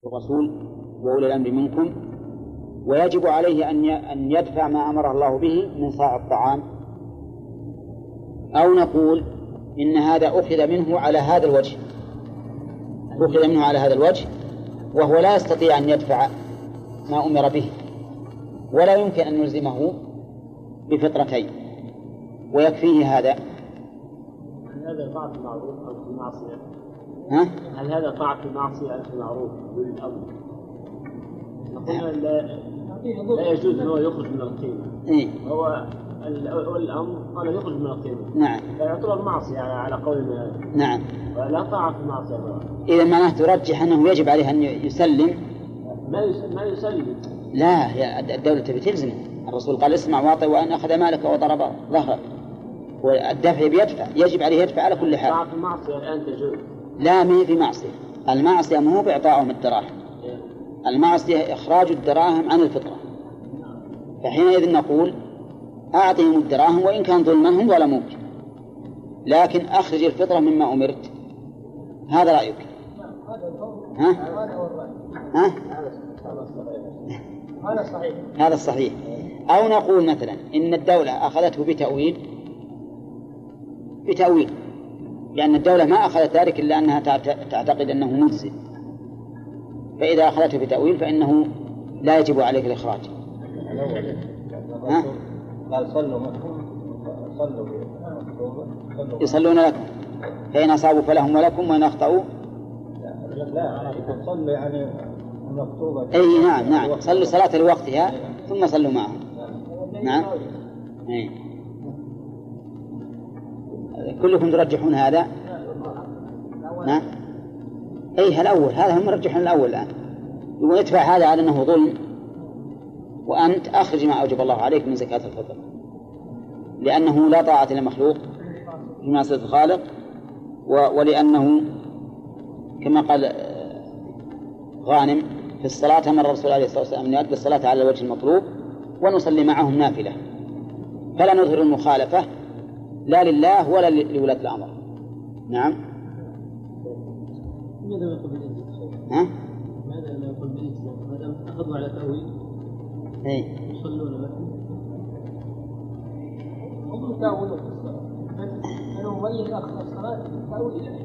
الرسول وأولي الأمر منكم، ويجب عليه أن يدفع ما أمر الله به من صاع الطعام، أو نقول إن هذا أخذ منه على هذا الوجه، أخذ منه على هذا الوجه، وهو لا يستطيع أن يدفع ما أمر به، ولا يمكن أن نلزمه بفطرتين، ويكفيه هذا. هل هذا طاعة المعروف أو في معصية؟ ها؟ هل هذا طاعة المعصية أو في معروف بالأمر؟ نقول لا يجوز أنه يخرج من القيمة. هو الأمر قال يخرج من القيمة. نعم. يعتبر معصية على قولنا. نعم. ولا طاعة في المعصية. إذا معناه ترجح أنه يجب عليه أن يسلم. ما يسلم. لا، هي الدولة تبي تلزمه. الرسول قال اسمع واطع وأن أخذ مالك وضرب ظهرك، والدفع بيدفع، يجب عليه يدفع على كل حال. طاعة في المعصية الآن تجوز. لا، ما هي في معصية. المعصية مو بإعطائهم الدراهم، المعصية إخراج الدراهم عن الفطرة. فحينئذ نقول أعطهم الدراهم وإن كان ظلما هم ظلموك، لكن أخرج الفطرة مما أمرت. هذا رأيك؟ ها؟ ها؟ هذا الصحيح. أو نقول مثلا إن الدولة أخذته بتأويل، لأن الدولة ما أخذت ذلك إلا أنها تعتقد أنه مجزي، فإذا أخذته بتأويل فإنه لا يجب عليك الإخراج. ها؟ يصلون لكم فإن أصابوا فلهم ولكم وإن أخطأوا لا صلوا يعني مكتوبة. أي نعم صلوا صلاة لوقتها ثم صلوا معهم. نعم. أي. كلكم ترجحون هذا؟ نعم. أي الأول، هذا هم يرجحون الأول الآن، ويدفع هذا على أنه ظلم، وأنت أخرج ما أوجب الله عليك من زكاة الفطر، لأنه لا طاعة لمخلوق في معصية الخالق، ولأنه كما قال غانم في الصلاة أمر الرسول عليه الصلاة والسلام أن يؤدي الصلاة على الوجه المطلوب ونصلي معهم نافلة، فلا نظهر المخالفة لا لله ولا لولاة الأمر. نعم. ماذا يقول بالإنسان؟ ها؟ ماذا يقول بالإنسان؟ ماذا أخذوا على تأويل؟ يصلون لكم. هم تأويل في الصلاة. أنا مبين أخذ الصلاة تأويل.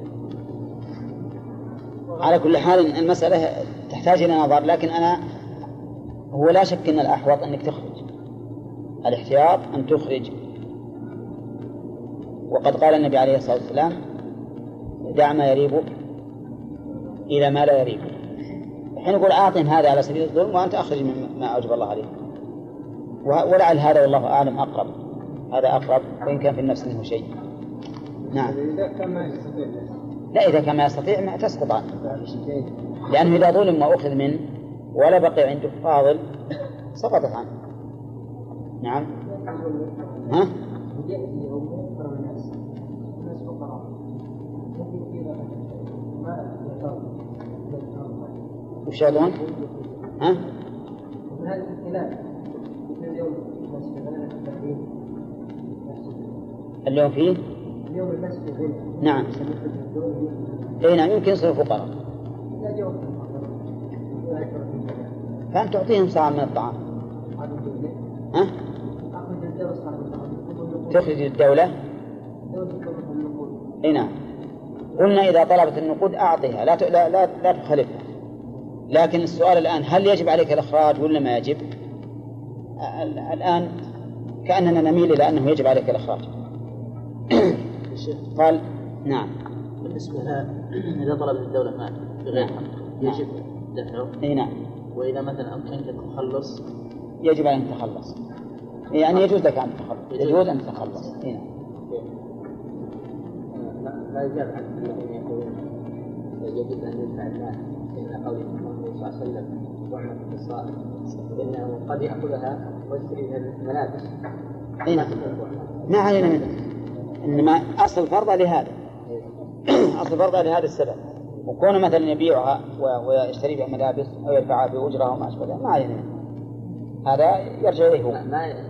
على كل حال المسألة تحتاج إلى نظر، لكن هو لا شك أن الأحوط أنك تخرج، الاحتياط أن تخرج. وقد قال النبي عليه الصلاة والسلام دع ما يريبك إلى ما لا يريبك. حين نقول أعطهم هذا على سبيل الظلم وأنت أخرج مما أوجب الله عليه، ولعل هذا والله أعلم أقرب، هذا أقرب وإن كان في النفس منه شيء. نعم. لا، إذا كان ما يستطيع ما تسقط عنه، لأنه إذا ظلم وأخذ منه ولا بقي عنده فاضل سقطت عنه. نعم. ها؟ وش يقولون؟ ها؟ اليوم فيه؟ نعم. اي نعم، يمكن يصيروا فقراء، فأنت تعطيهم ساعة من الطعام. ها؟ تخرج الدولة. اي نعم. قلنا إذا طلبت النقود أعطيها، لا تخالفها. لكن السؤال الآن هل يجب عليك الإخراج ولا ما يجب؟ الآن كأننا نميل إلى أنه يجب عليك الإخراج. قال نعم. بالنسبة إذا طلبت الدولة مال بغير حق يجب دفعه. اي نعم. وإذا مثلا أمكنك التخلص يجب أن تتخلص، يعني يجوز لك أن تتخلص، يجوز أن تتخلص. لا يجاب عن الذين يقولون يجب أن يدفع المال إلى قول النبي صلى الله عليه وسلم وعمة الصائم، لأنه قد يأخذها ويشتري الملابس. ما علينا منه، إنما أصل فرضها لهذا أصل فرضها لهذا السبب، وكونه مثلا يبيعها ويشتري بها ملابس أو يدفعها بأجرة وما أشبه ذلك ما علينا منه، هذا يرجع إليه هو.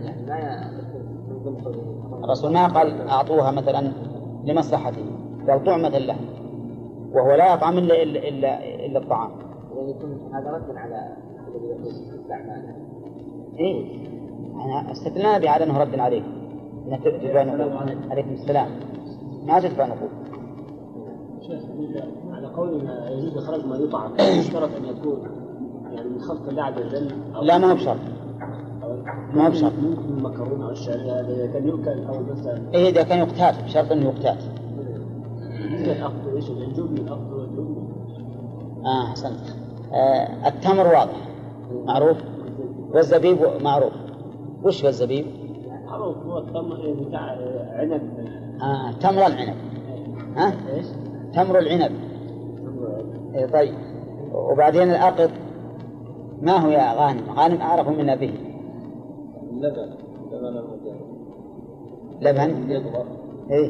الرسول ما قال أعطوها مثلا لمصلحته، قال طعمة له، وهو لا يطعم إلا الطعام. يعني يكون هذا رد على الذي يقول استعماله. إيه أنا استدلنا بهذا أنه رد عليه. تتبع نقول عليكم السلام ما تتبع نقول. على قولنا يجوز إخراج ما يطعم يشترط أن يكون يعني من خلق الله عز وجل. لا ما هو بشرط. ما هو بشرط. ممكن المكرونة أو الشعرية إذا كان يؤكل أو مثلا. إيه إذا كان يقتات بشرط إنه يقتات. الأخضر إيش الجبن الأخضر والجبن. أحسنت. التمر واضح معروف والزبيب معروف. وش هو الزبيب؟ معروف هو التمر بتاع عنب. تمر العنب. ها؟ إيش؟ تمر العنب. إيه طيب. وبعدين الأقط ما هو يا غانم؟ غانم أعرف منا به. لبن. لبن. يضغط. إيه.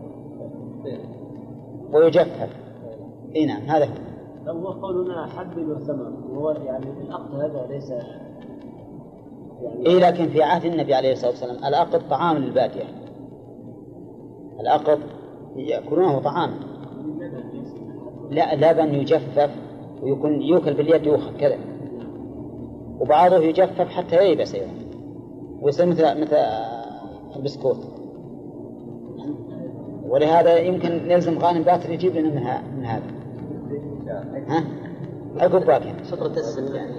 ويجفف. إيه نعم هذا هو. هو قولنا حب وثمر وهو يعني الأقط هذا ليس يعني. إيه لكن في عهد النبي عليه الصلاة والسلام الأقط طعام للبادية. الأقط يأكلونه طعام. لا لبن يجفف ويكون يوكل باليد يوخذ كذا وبعضه يجفف حتى ييبس ويصير مثل البسكوت. ولهذا يمكن نلزم غانم باكر يجيب لنا من هذا. ها؟ عقب باكر. شطرة السن يعني.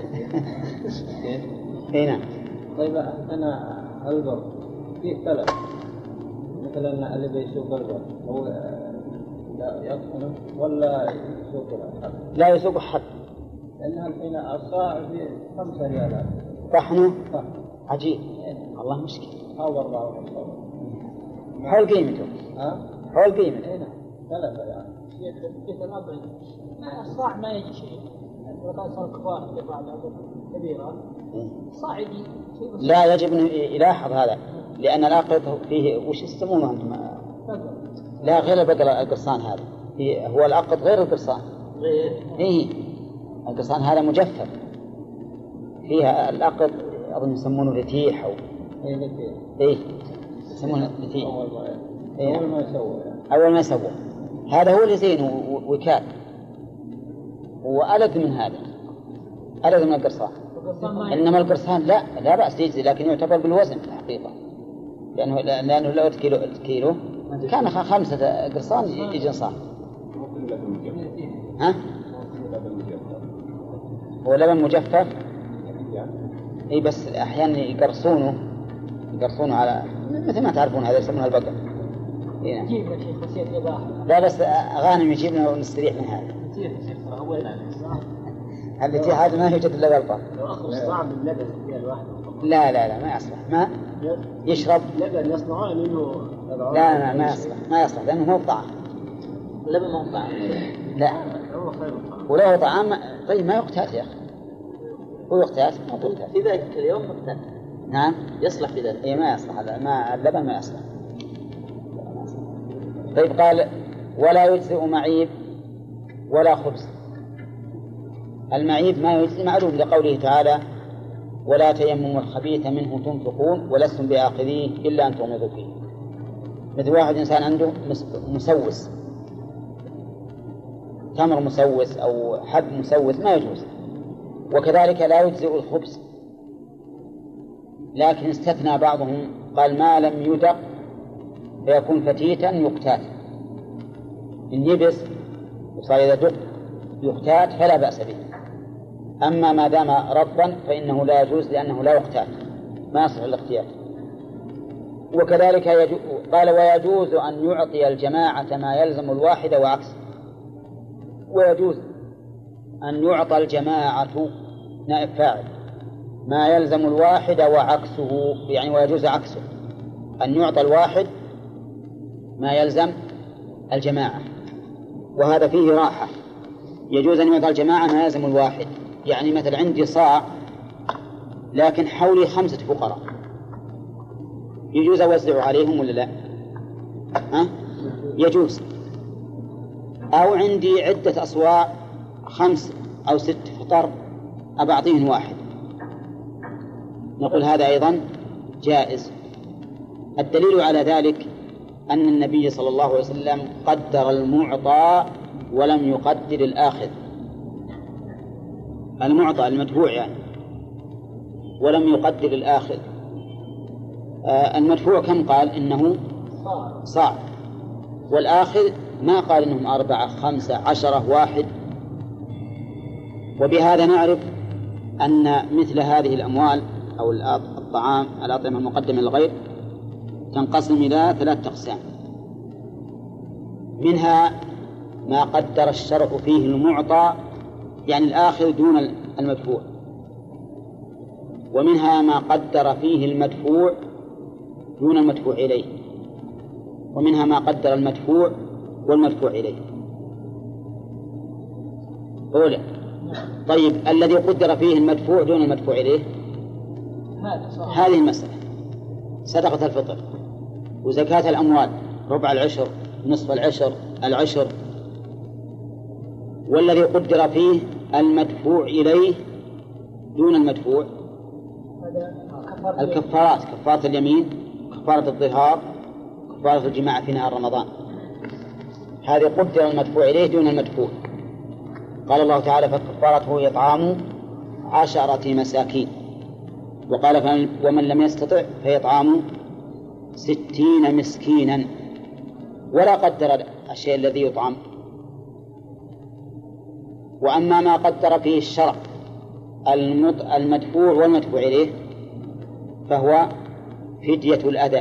هنا. طيب أنا أنظر في ثلاث مثلا اللي يسوق البر هو لا يطحنه ولا يسوق الحب. لا يسوق حد. لأنها الحين الصاع في 5 ريالات. طحنه صح. عجيب. الله مشكلة. أو 4 حول قيمته. ها؟ حول قيمته. هنا 3 يعني. في تناظر الصاع ما يجي شيء. لو كان صار كبار في بعض كبيرة صاع يجي شيء. لا يجب أن يلاحظ هذا لأن الأقط فيه وش يسمونه أنتم؟ لا غير البقرة القرصان هذا. هو الأقط غير القرصان. إيه القرصان هذا مجفف. فيها الأقط أظن يسمونه لتيح أو. إيه يسمونه لتيح. أول ما يسوي يعني. أول ما يسوي هذا هو اللي زين وكاد وألق من هذا ألق من القرصان. إنما القرصان لا بأس يجزي لكن يعتبر بالوزن في الحقيقة لأنه لو الكيلو كان 5 قرصان يجي صح. ها؟ هو لبن مجفف. إيه بس أحيانا يقرصونه على مثل ما تعرفون هذا يسمونها البقر. إيه نعم. لا بس غانم يجيب لنا ونستريح من هذا. التي هذا ما يوجد إلا غلطة. لو أخذ صاع من لبن فيها الواحد. لا ما يصلح. ما يشرب لبن يصنعون منه. لا ما يصلح لأنه مو طعام. اللبن ما هو طعام. لا. هو خير الطعام. وله طعام طيب ما يقتات يا أخي. هو يقتات ما يقتات. في ذلك اليوم مقتات. نعم. يصلح في ذلك. إيه ما يصلح ما اللبن ما يصلح. طيب قال ولا يجزئ معيب ولا خبز. المعيب ما يجزئ معلوم لقوله تعالى ولا تيمموا الخبيث منه تنفقون ولستم بآخذيه إلا أن تغمضوا فيه. مثل واحد إنسان عنده مسوس تمر مسوس أو حب مسوس ما يجوز. وكذلك لا يجزئ الخبز لكن استثنى بعضهم قال ما لم يدق فيكون فتيتا يقتات. إن يبس وصار إذا دق يقتات فلا بأس به. أما ما دام رطبا فإنه لا يجوز لأنه لا يقتات ما يصح الاقتيات. وكذلك قال ويجوز أن يعطي الجماعة ما يلزم الواحد وعكسه. ويجوز أن يعطى الجماعة نائب فاعل ما يلزم الواحد وعكسه يعني ويجوز عكسه أن يعطى الواحد ما يلزم الجماعة وهذا فيه راحة. يجوز أن يعطى الجماعة ما يلزم الواحد يعني مثل عندي صاع لكن حولي 5 فقراء يجوز أوزع عليهم ولا لا؟ ها؟ يجوز. أو عندي عدة أصواع 5 أو 6 فطر أبعطيهم واحد نقول هذا أيضا جائز. الدليل على ذلك أن النبي صلى الله عليه وسلم قدر المعطى ولم يقدر الآخذ. المعطى المدفوع يعني، ولم يقدر الآخذ. المدفوع كم قال إنه صاع، والآخذ ما قال إنهم 4 5 10 1. وبهذا نعرف أن مثل هذه الأموال أو الطعام الأطعمة المقدمة للغير تنقسم إلى 3 أقسام. منها ما قدر الشرع فيه المعطى يعني الآخذ دون المدفوع، ومنها ما قدر فيه المدفوع دون المدفوع إليه، ومنها ما قدر المدفوع والمدفوع إليه. أولى. طيب الذي قدر فيه المدفوع دون المدفوع إليه هذه المسألة صدقة الفطر وزكاة الأموال، ربع العشر، نصف العشر، العشر. والذي قدر فيه المدفوع إليه دون المدفوع الكفارات، كفارة اليمين، كفارة الظهار، كفارة الجماع في نهار رمضان، هذه قدر المدفوع إليه دون المدفوع. قال الله تعالى فكفارته إطعام 10 مساكين، وقال ومن لم يستطع فيطعام 60 مسكينا، ولا قدر الشيء الذي يطعم. وأما ما قدر فيه الشرع المدفوع والمدفوع إليه فهو فدية الأذى،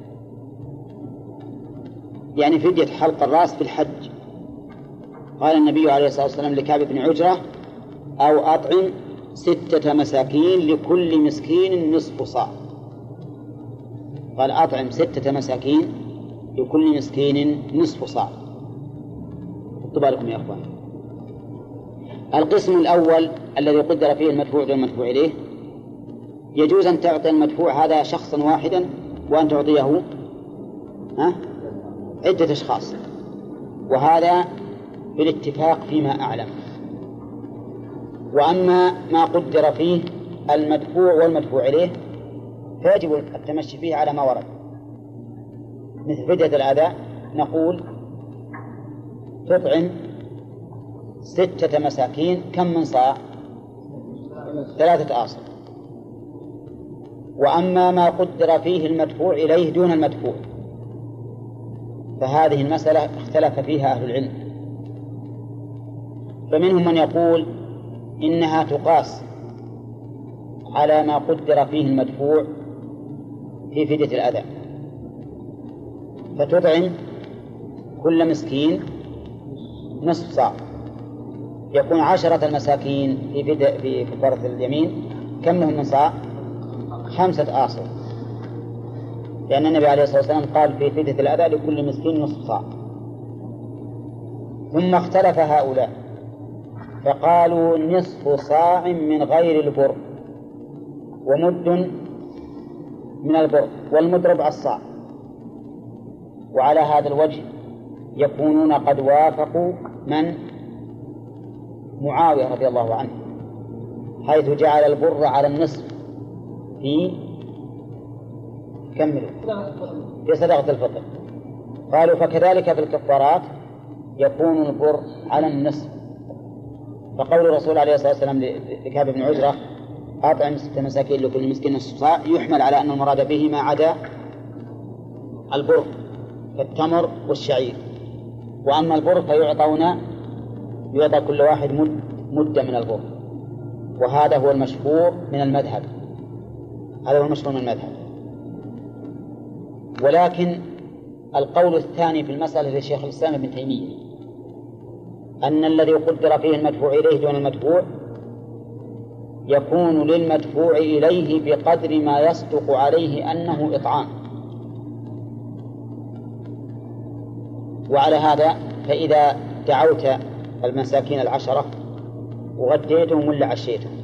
يعني فدية حلق الرأس في الحج. قال النبي عليه الصلاة والسلام لكعب بن عجرة أو أطعم 6 مساكين لكل مسكين نصف صاع. قال أطعم 6 مساكين لكل مسكين نصف صاع. خذوا بالكم يا أخوان. القسم الأول الذي قدر فيه المدفوع والمدفوع إليه يجوز أن تعطي المدفوع هذا شخصا واحدا وأن تعطيه عدة أشخاص، وهذا بالاتفاق فيما أعلم. وأما ما قدر فيه المدفوع والمدفوع إليه فيجب التمشي فيه على ما ورد، مثل فدية الأذى نقول تطعم 6 مساكين، كم من صاع؟ 3 آصع. وأما ما قدر فيه المدفوع إليه دون المدفوع فهذه المسألة اختلف فيها أهل العلم، فمنهم من يقول إنها تقاس على ما قدر فيه المدفوع في فدية الأذى، فتطعم كل مسكين نصف صاع، يكون 10 المساكين في كفارة اليمين كم لهم من صاع؟ 5 آصع، لأن النبي عليه الصلاة والسلام قال في فدية الأذى لكل مسكين نصف صاع. ثم اختلف هؤلاء فقالوا نصف صاع من غير البر، ومد من البر، والمد ربع الصاع. وعلى هذا الوجه يكونون قد وافقوا من؟ معاوية رضي الله عنه، حيث جعل البر على النصف في صدقة الفطر. قالوا فكذلك في الكفارات يكون البر على النصف. فقول الرسول عليه الصلاة والسلام لكعب بن عجرة أطعم 6 مساكين لكل مسكين نصف صاع يحمل على أن المراد به ما عدا البر كالتمر والشعير. وأما البر يعطى كل واحد مدة من البر، وهذا هو المشهور من المذهب، هذا هو المشهور من المذهب. ولكن القول الثاني في المسألة لشيخ الإسلام ابن تيمية أن الذي قدر فيه المدفوع إليه دون المدفوع يكون للمدفوع إليه بقدر ما يصدق عليه أنه إطعام. وعلى هذا فإذا دعوت المساكين 10 وغديتهم ولا عشيتهم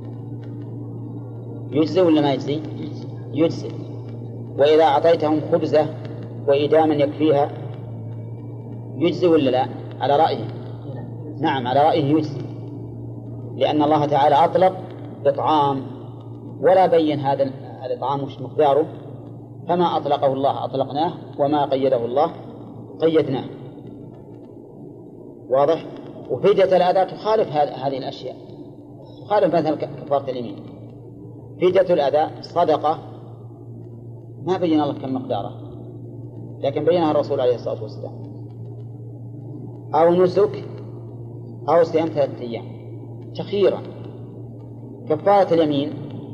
يجزي ولا ما يجزي؟ يجزي. وإذا أعطيتهم خبزة وإداما يكفيها يجزي ولا لا؟ على رأيه نعم، على رأيه يجزي، لأن الله تعالى أطلق إطعام ولا بين هذا الإطعام وش مقداره، فما أطلقه الله أطلقناه وما قيده الله قيدناه. واضح؟ وفدية الأذى تخالف هذه الأشياء، خالف مثل كفارة اليمين. فدية الأذى صدقة ما بين الله كم مقداره، لكن بينها الرسول عليه الصلاة والسلام. أو نسك أو صيام 3 أيام تخيرا. كفارة اليمين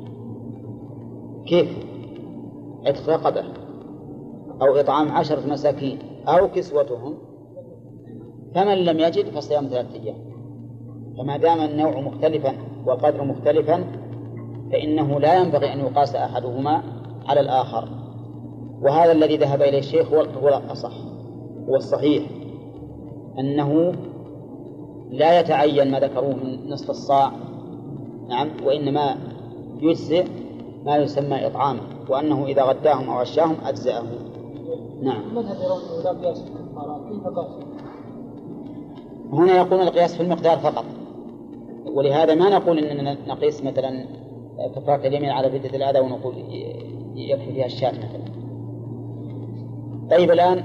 كيف؟ عتق رقبة أو إطعام 10 مساكين أو كسوتهم، فمن لم يجد فصيام 3 أيام. فما دام النوع مختلفا والقدر مختلفا فإنه لا ينبغي أن يقاس أحدهما على الآخر. وهذا الذي ذهب إليه الشيخ هو الأصح، هو الصحيح، أنه لا يتعين ما ذكروه من نصف الصاع، نعم، وإنما يجزئ ما يسمى إطعاما، وأنه إذا غداهم أو عشاهم أجزأه. نعم. مذهب يرون لا قياس في الكفارات، كيف قاس؟ هنا يقولون القياس في المقدار فقط، ولهذا ما نقول إننا نقيس مثلا كفارة اليمين على فدية الأذى ونقول يكفي فيها الشاة مثلا. طيب الآن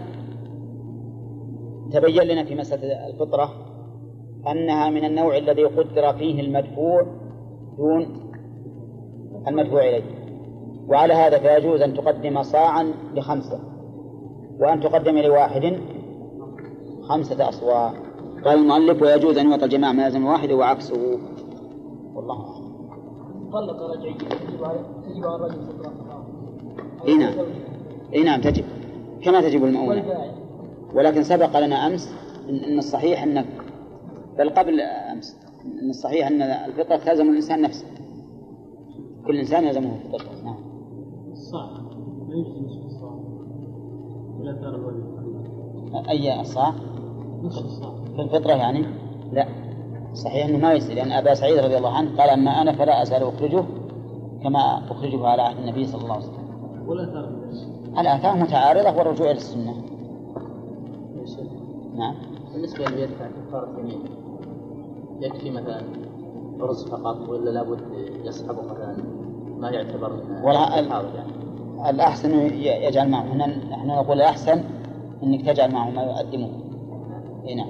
تبين لنا في مسألة الفطرة أنها من النوع الذي قدر فيه المدفوع دون المدفوع إليه، وعلى هذا فيجوز أن تقدم صاعا ل5 وأن تقدم لواحد 5 أصواع. قال المؤلف ويجوز أن يعطى الجماعة ما يلزم الواحد وعكسه، والله أعلم. طلق رجعي تجب على الرجل فطرة. اي نعم تجب كما تجب المؤونة، ولكن سبق لنا أمس أن الصحيح أن بل قبل أمس أن الصحيح أن الفطرة تلزم الإنسان نفسه، كل إنسان يلزمه فطرته. نعم. الصاع ما يجزي نصف الصاع ولا ترى الوجه. أي الصاع؟ نصف الصاع في الفطرة يعني؟ لا، صحيح أنه ما يجزي، لأن أبا سعيد رضي الله عنه قال أما أنا فلا أزال أخرجه كما أخرجه على عهد النبي صلى الله عليه وسلم. ولا ترى الآثار متعارضة والرجوع إلى السنة. نعم. بالنسبة للي يدفع كفارة اليمين يكفي مثلا رز فقط ولا لابد يصحبه مثلا ما يعتبر من الحاضر يعني؟ الأحسن يجعل معه. نحن نقول الأحسن أنك تجعل معه ما يقدمه. نعم.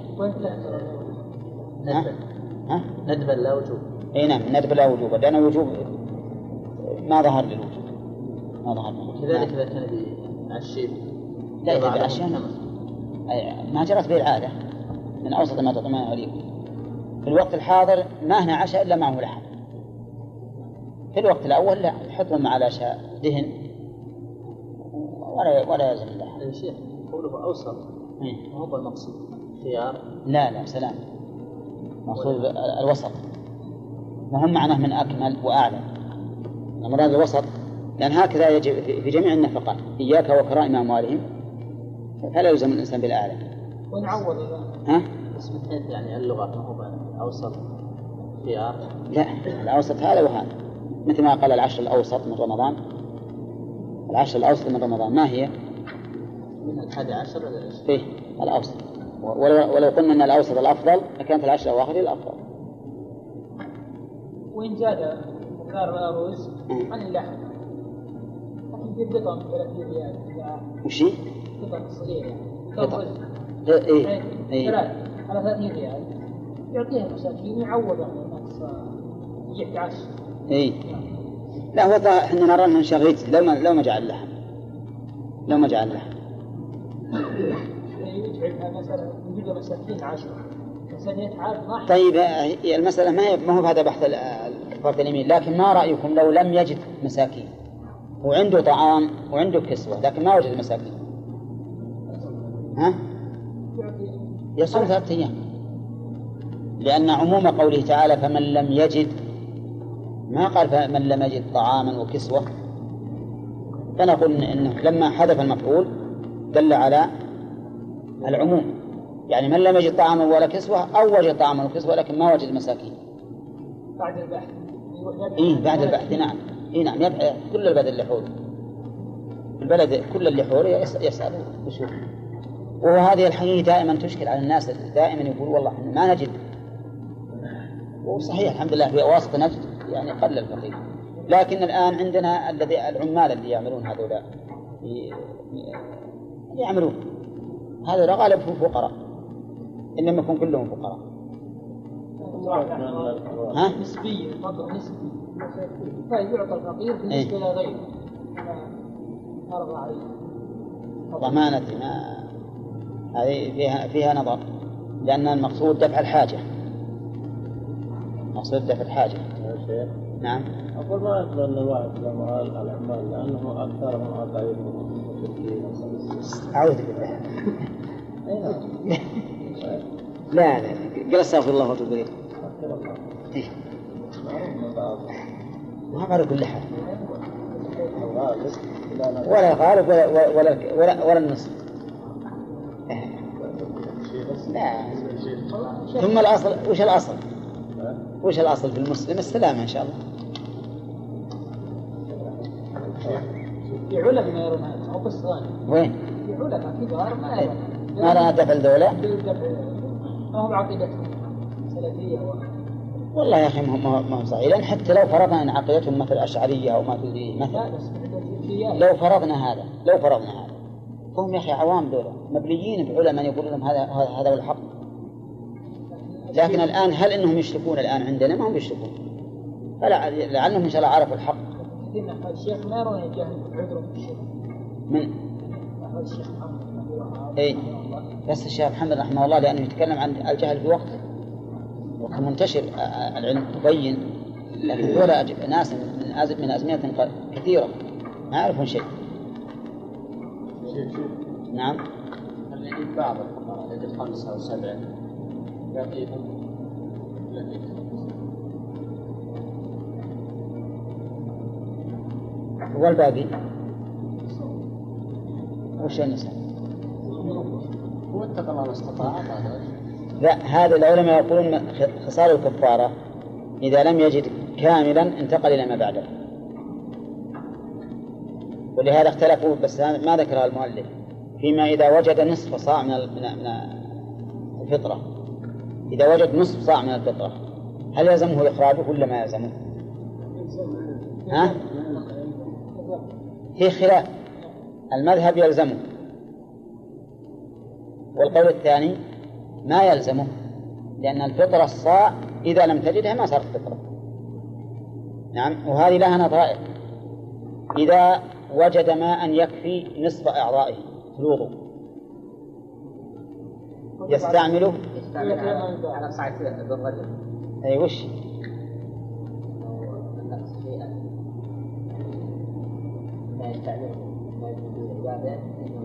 ندبا لا وجوب. نعم ندبا لا وجوب، لأن الوجوب ما ظهر للوجوب، ما ظهر للوجوب. كذلك إذا كان يعشي لا إذا بعشي ما جرت به العادة من أوسط ما تطمئن عليكم. في الوقت الحاضر ما هنا عشاء إلا معه لحم. في الوقت الأول لا، يحط مع العشاء دهن ولا يلزم اللحم. يا شيخ قوله أوسط ما هو المقصود خيار؟ لا سلام، مقصود الوسط، ما هم معناه من أكمل وأعلى، المراد الوسط، لأن هكذا يجب في جميع النفقات. إياك وكرائم أموالهم فلا يلزم الإنسان بالأعلى. ونعوض بس من حيث يعني اللغة ما هو أوسط خيار؟ لا، الأوسط هذا وهذا، مثل ما قال العشر الأوسط من رمضان. العشر الأوسط من رمضان ما هي؟ من 11 إلى 20. إيه الأوسط. ولو قلنا أن الأوسط الأفضل لكانت العشر الأواخر الأفضل. وإن زاد مقدار الرز عن اللحم لكن في قطع من 30 ريال. وشي؟ قطع صغيرة قطع. إيه على 30 ريال يعطيها المساكين يعوض يعني الناس يجي 11. إيه لا هو إحنا نرى أنه شغيت لو ما جعل اللحم، لو ما جعل اللحم يجعلها مثلا يجيب مساكين 10 مساكين ما. طيب المسألة ما هو هذا بحث كفارة اليمين، لكن ما رأيكم لو لم يجد مساكين وعنده طعام وعنده كسوة لكن ما وجد مساكين؟ يصوم 3 أيام، لأن عموم قوله تعالى فمن لم يجد، ما قال فمن لم يجد طعاما وكسوة، فنقول إنه لما حذف المفعول دل على العموم، يعني من لم يجد طعاما ولا كسوة أو وجد طعاما وكسوة لكن ما وجد مساكين بعد البحث. بعد البحث. نعم نعم يبحث كل البلد اللي حوله، البلد كل اللي حوله يسأل ويشوف. وهذه الحقيقة دائما تشكل على الناس، دائما يقول والله احنا ما نجد، وصحيح الحمد لله في أواسط نجد يعني قل الفقير، لكن الآن عندنا العمال اللي يعملون هذولا يعملون هذا غالبهم فقراء، إنما يكون كلهم فقراء. ها؟ نسبية فضل نسبي فيعطى الفقير بالنسبة إلى غيره فرض عليه ضمانة ما هذه فيها نظر، لأن المقصود دفع الحاجة، مقصود دفع الحاجة. نعم. أقول ما يقبل أن الواحد لما الأعمال لأنه أكثر من أقل. أعوذ بالله. لا قل استغفر الله واتوب إليه. ما على كل حال ولا غالب ولا النصف. لا. ثم الأصل وش الأصل في المسلم؟ السلامة إن شاء الله. في علماء ما يرون هذا أو بالصغار. وين؟ في علماء كبار ما يرون. ما رأى دفع الدولة؟ ما هو عقيدتهم سلفية والله يا أخي ما هو صحيح، لأن حتى لو فرضنا أن عقيدتهم مثل أشعرية أو ماتريدية مثلا، لو فرضنا هذا فهم يا أخي عوام دولة مبليين بعلماء يقولون لهم هذا هو الحق. لكن الآن هل إنهم يشركون الآن عندنا؟ ما هم يشركون، فلا لعلهم إن شاء الله عرفوا الحق. الشيخ ما يرون الجهل عذر في الشيخ من الشيخ محمد. إيه بس الشيخ محمد رحمه الله لأنه يتكلم عن الجهل في وقته وكان منتشر العلم مبين، لكن دولة ناس من أزمنة كثيرة ما يعرفون شيء. نعم. هل يجب بعض الفقراء يجب 5 أو 7 يعطيهم والباقي وش النساء؟ هو اتقى الله ما استطاع. لا، هذا العلماء يقولون خصال الكفارة إذا لم يجد كاملا انتقل إلى ما بعده، ولهذا اختلفوا بس ما ذكرها المؤلف فيما إذا وجد نصف صاع من الفطرة. إذا وجد نصف صاع من الفطرة هل يلزمه إخراجه ولا ما يلزمه؟ ها؟ في خلاف. المذهب يلزمه، والقول الثاني ما يلزمه، لأن الفطرة الصاع إذا لم تجدها ما صارت فطرة. نعم. وهذه لها نظائر. إذا وجد ماء يكفي نصف أعضائه في الوضوء يستعمله على صعيد بالرجل. أي وش؟ لا يستعمله ما يكون عبادة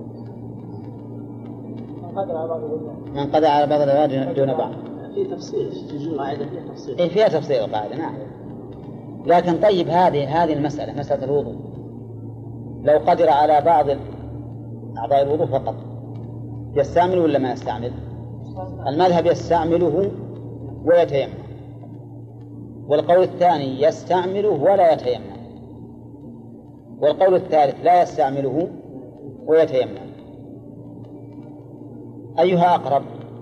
من قدر على بعض العباد دون بعض. في تفصيل قاعدة فيها تفصيل. إيه فيها تفصيل القاعدة. نعم. لكن طيب هذه المسألة مسألة الوضوء لو قدر على بعض أعضاء الوضوء فقط يستعمل ولا ما يستعمل؟ المذهب يستعمله ويتيمم، والقول الثاني يستعمله ولا يتيمم، والقول الثالث لا يستعمله ويتيمم. أيها أقرب؟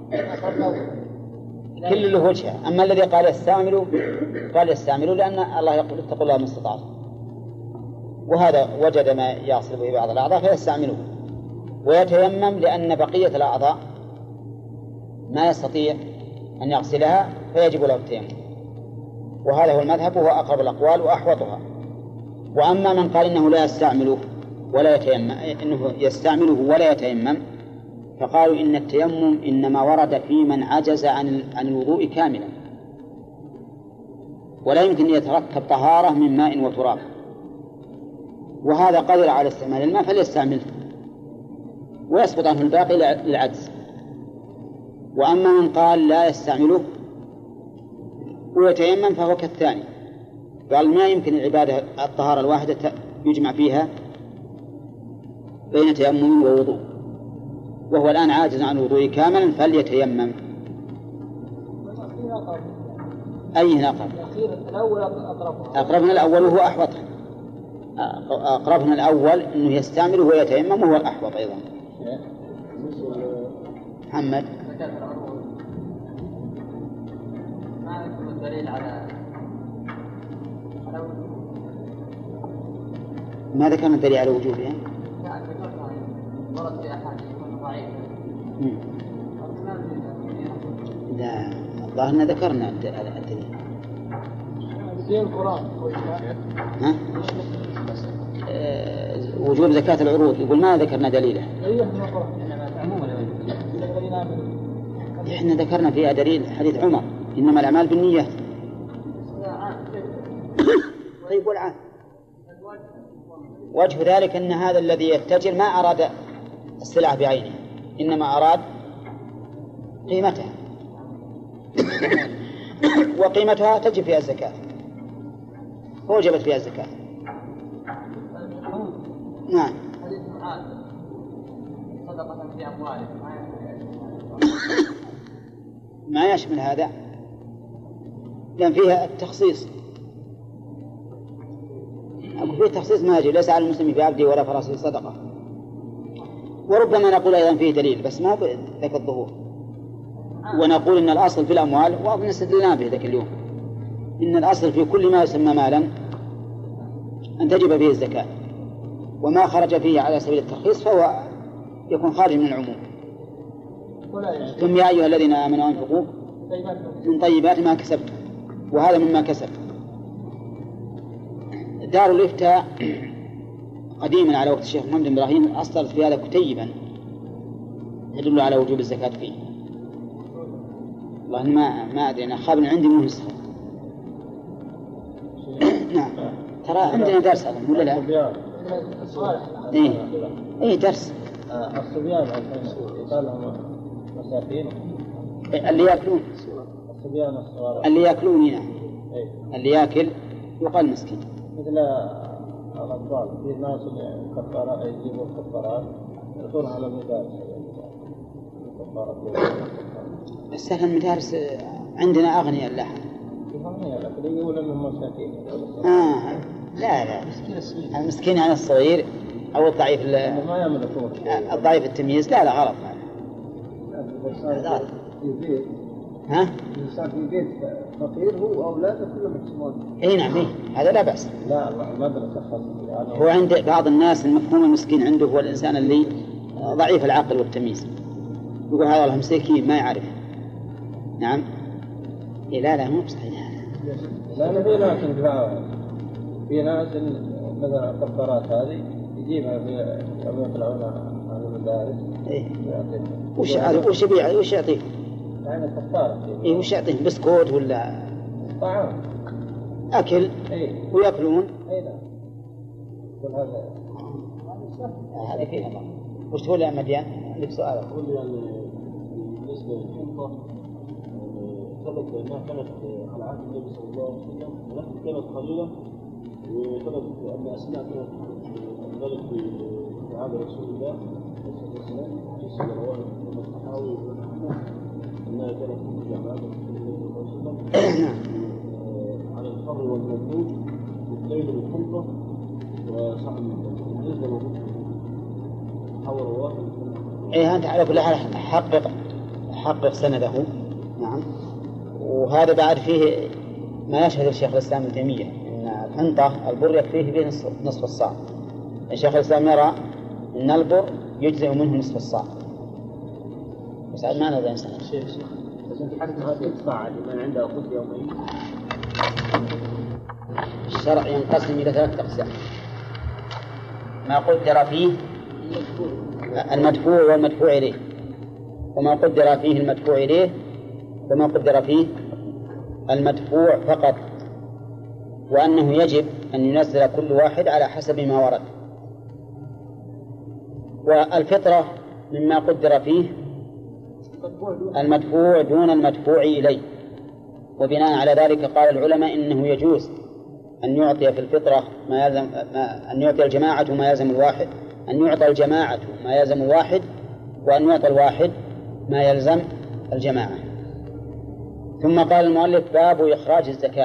كل له وجهه. أما الذي قال يستعمله لأن الله يقول اتقوا الله ما استطعتم، وهذا وجد ما يصل به بعض الأعضاء فيستعمله، ويتيمم لأن بقية الأعضاء ما يستطيع أن يغسلها فيجب له التيمم، وهذا هو المذهب وهو أقرب الأقوال وأحوطها. وأما من قال إنه لا يستعمله ولا يتيمم، إنه يستعمله ولا يتيمم، فقالوا إن التيمم إنما ورد في من عجز عن الوضوء كاملا، ولا يمكن أن يترتب طهارة من ماء وتراب، وهذا قادر على استعمال الماء فليستعمله ويسقط عنه الباقي للعجز. وأما من قال لا يستعمله ويتيمم فهو كالثاني، قال ما يمكن العبادة الطهارة الواحدة يجمع فيها بين تيمم ووضوء، وهو الآن عاجز عن الوضوء كاملا فليتيمم. أي أقرب؟ أقربنا الأول وهو أحوطها. أقربنا الأول أنه يستعمله ويتيمم وهو الأحوط أيضا. محمد ما يكون الدليل على ما ذكرنا الدليل على وجوبها؟ ورد في أحاديث ضعيفة. لا ظاهرنا ذكرنا الدليل. زي القرآن. ها؟ وجوب زكاة العروض يقول ما ذكرنا دليله. إحنا ذكرنا فيها دليل حديث عمر إنما الأعمال بالنية. طيب والعام وجه ذلك أن هذا الذي يتجر ما أراد السلعة بعينه إنما أراد قيمتها وقيمتها تجب فيها الزكاة فوجبت فيها الزكاة. نعم. ما يشمل هذا لأن فيها التخصيص. أقول فيه التخصيص ما يجب ليس على المسلم في عبده ولا فرسه صدقة. وربما نقول أيضا فيه دليل بس ما ذاك الظهور ونقول إن الأصل في الأموال وأظن استدلنا به ذاك اليوم إن الأصل في كل ما يسمى مالا أن تجب فيه الزكاة وما خرج فيه على سبيل الترخيص فهو يكون خارج من العموم. ثم يا أيها الذين آمنوا أنفقوا من طيبات ما كسبتم وهذا مما كسب. دار الإفتاء قديما على وقت الشيخ محمد بن إبراهيم أصدرت في هذا كتيبا يدل على وجوب الزكاة فيه. والله ما أدري أنا خاب عندي مو نسخة. نعم ترى عندنا درس أظن ولا لا؟ إيه درس. الصبيان يقال لهم مساكين اللي يأكلون الصبيان الصغار اللي يأكلون هنا اللي يأكل يقال مسكين. مثل الأطفال في ناس كفارات يجيبوا كفارات يكون على المدارس السهل المدارس عندنا أغنياء اللحم لكن يقول أنهم مساكين. لا المسكين عن الصغير أو الضعيف الضعيف التمييز لا غلط. ها؟ الإنسان في بيت فقير هو وأولاده كلهم يحسبون. إيه نعم هذا لا بأس. لا المدرسة خاصة. هو عند بعض الناس المفهوم المسكين عنده هو الإنسان اللي ضعيف العقل والتمييز يقول هذا الله مسكين ما يعرف. نعم. إيه لا مو بصحيح هذا. لا في ناس في ناس مثلا الكفارات هذه يجيبها في يوم يطلعون على المدارس. إيه. وش يعطيه؟ يعني كفارة. إيه وش يعطيه بسكوت ولا طعام أكل. إيه. ويأكلون. إيه لا. كل هذا فيه الله. وش تقول يا مديان؟ عندك سؤال؟ أقول يعني بالنسبة للحنطة ثبت بأنها كانت على عهد النبي صلى الله عليه وسلم ولكن كانت قليلة وثبت أن أسماء كانت ذلك في عهد رسول الله صلى الله عليه وسلم في الصلوات والصحاوي أنها كانت في عهد رسول الله صلى الله عليه وسلم على الحر والمجهود والليل بالحنطة وصعب بالنسبة للوجود حول واحد. إيه أنت على كل حال حقق سنده. نعم. وهذا بعد فيه ما يشهد الشيخ الإسلام ابن تيمية إن الحنطة البر يكفيه به نصف الصاع. الشيخ الإسلام يرى إن البر يجزئ منه نصف الصاع. بس ما نظر إنسان. شيخ بس أنت حدث هذا يدفع لمن عنده قوت يومين. الشرع ينقسم إلى 3 أقسام. ما قدر فيه المدفوع والمدفوع إليه وما قدر فيه المدفوع إليه وما قدر فيه المدفوع فقط وأنه يجب أن ينزل كل واحد على حسب ما ورد. والفطرة مما قدر فيه المدفوع دون المدفوع إليه. وبناء على ذلك قال العلماء إنه يجوز أن يعطي في الفطرة ما يلزم أن يعطي الجماعة ما يلزم الواحد أن يعطى الجماعة ما يلزم الواحد وأن يعطى الواحد ما يلزم الجماعة. ثم قال المؤلف باب إخراج الزكاة.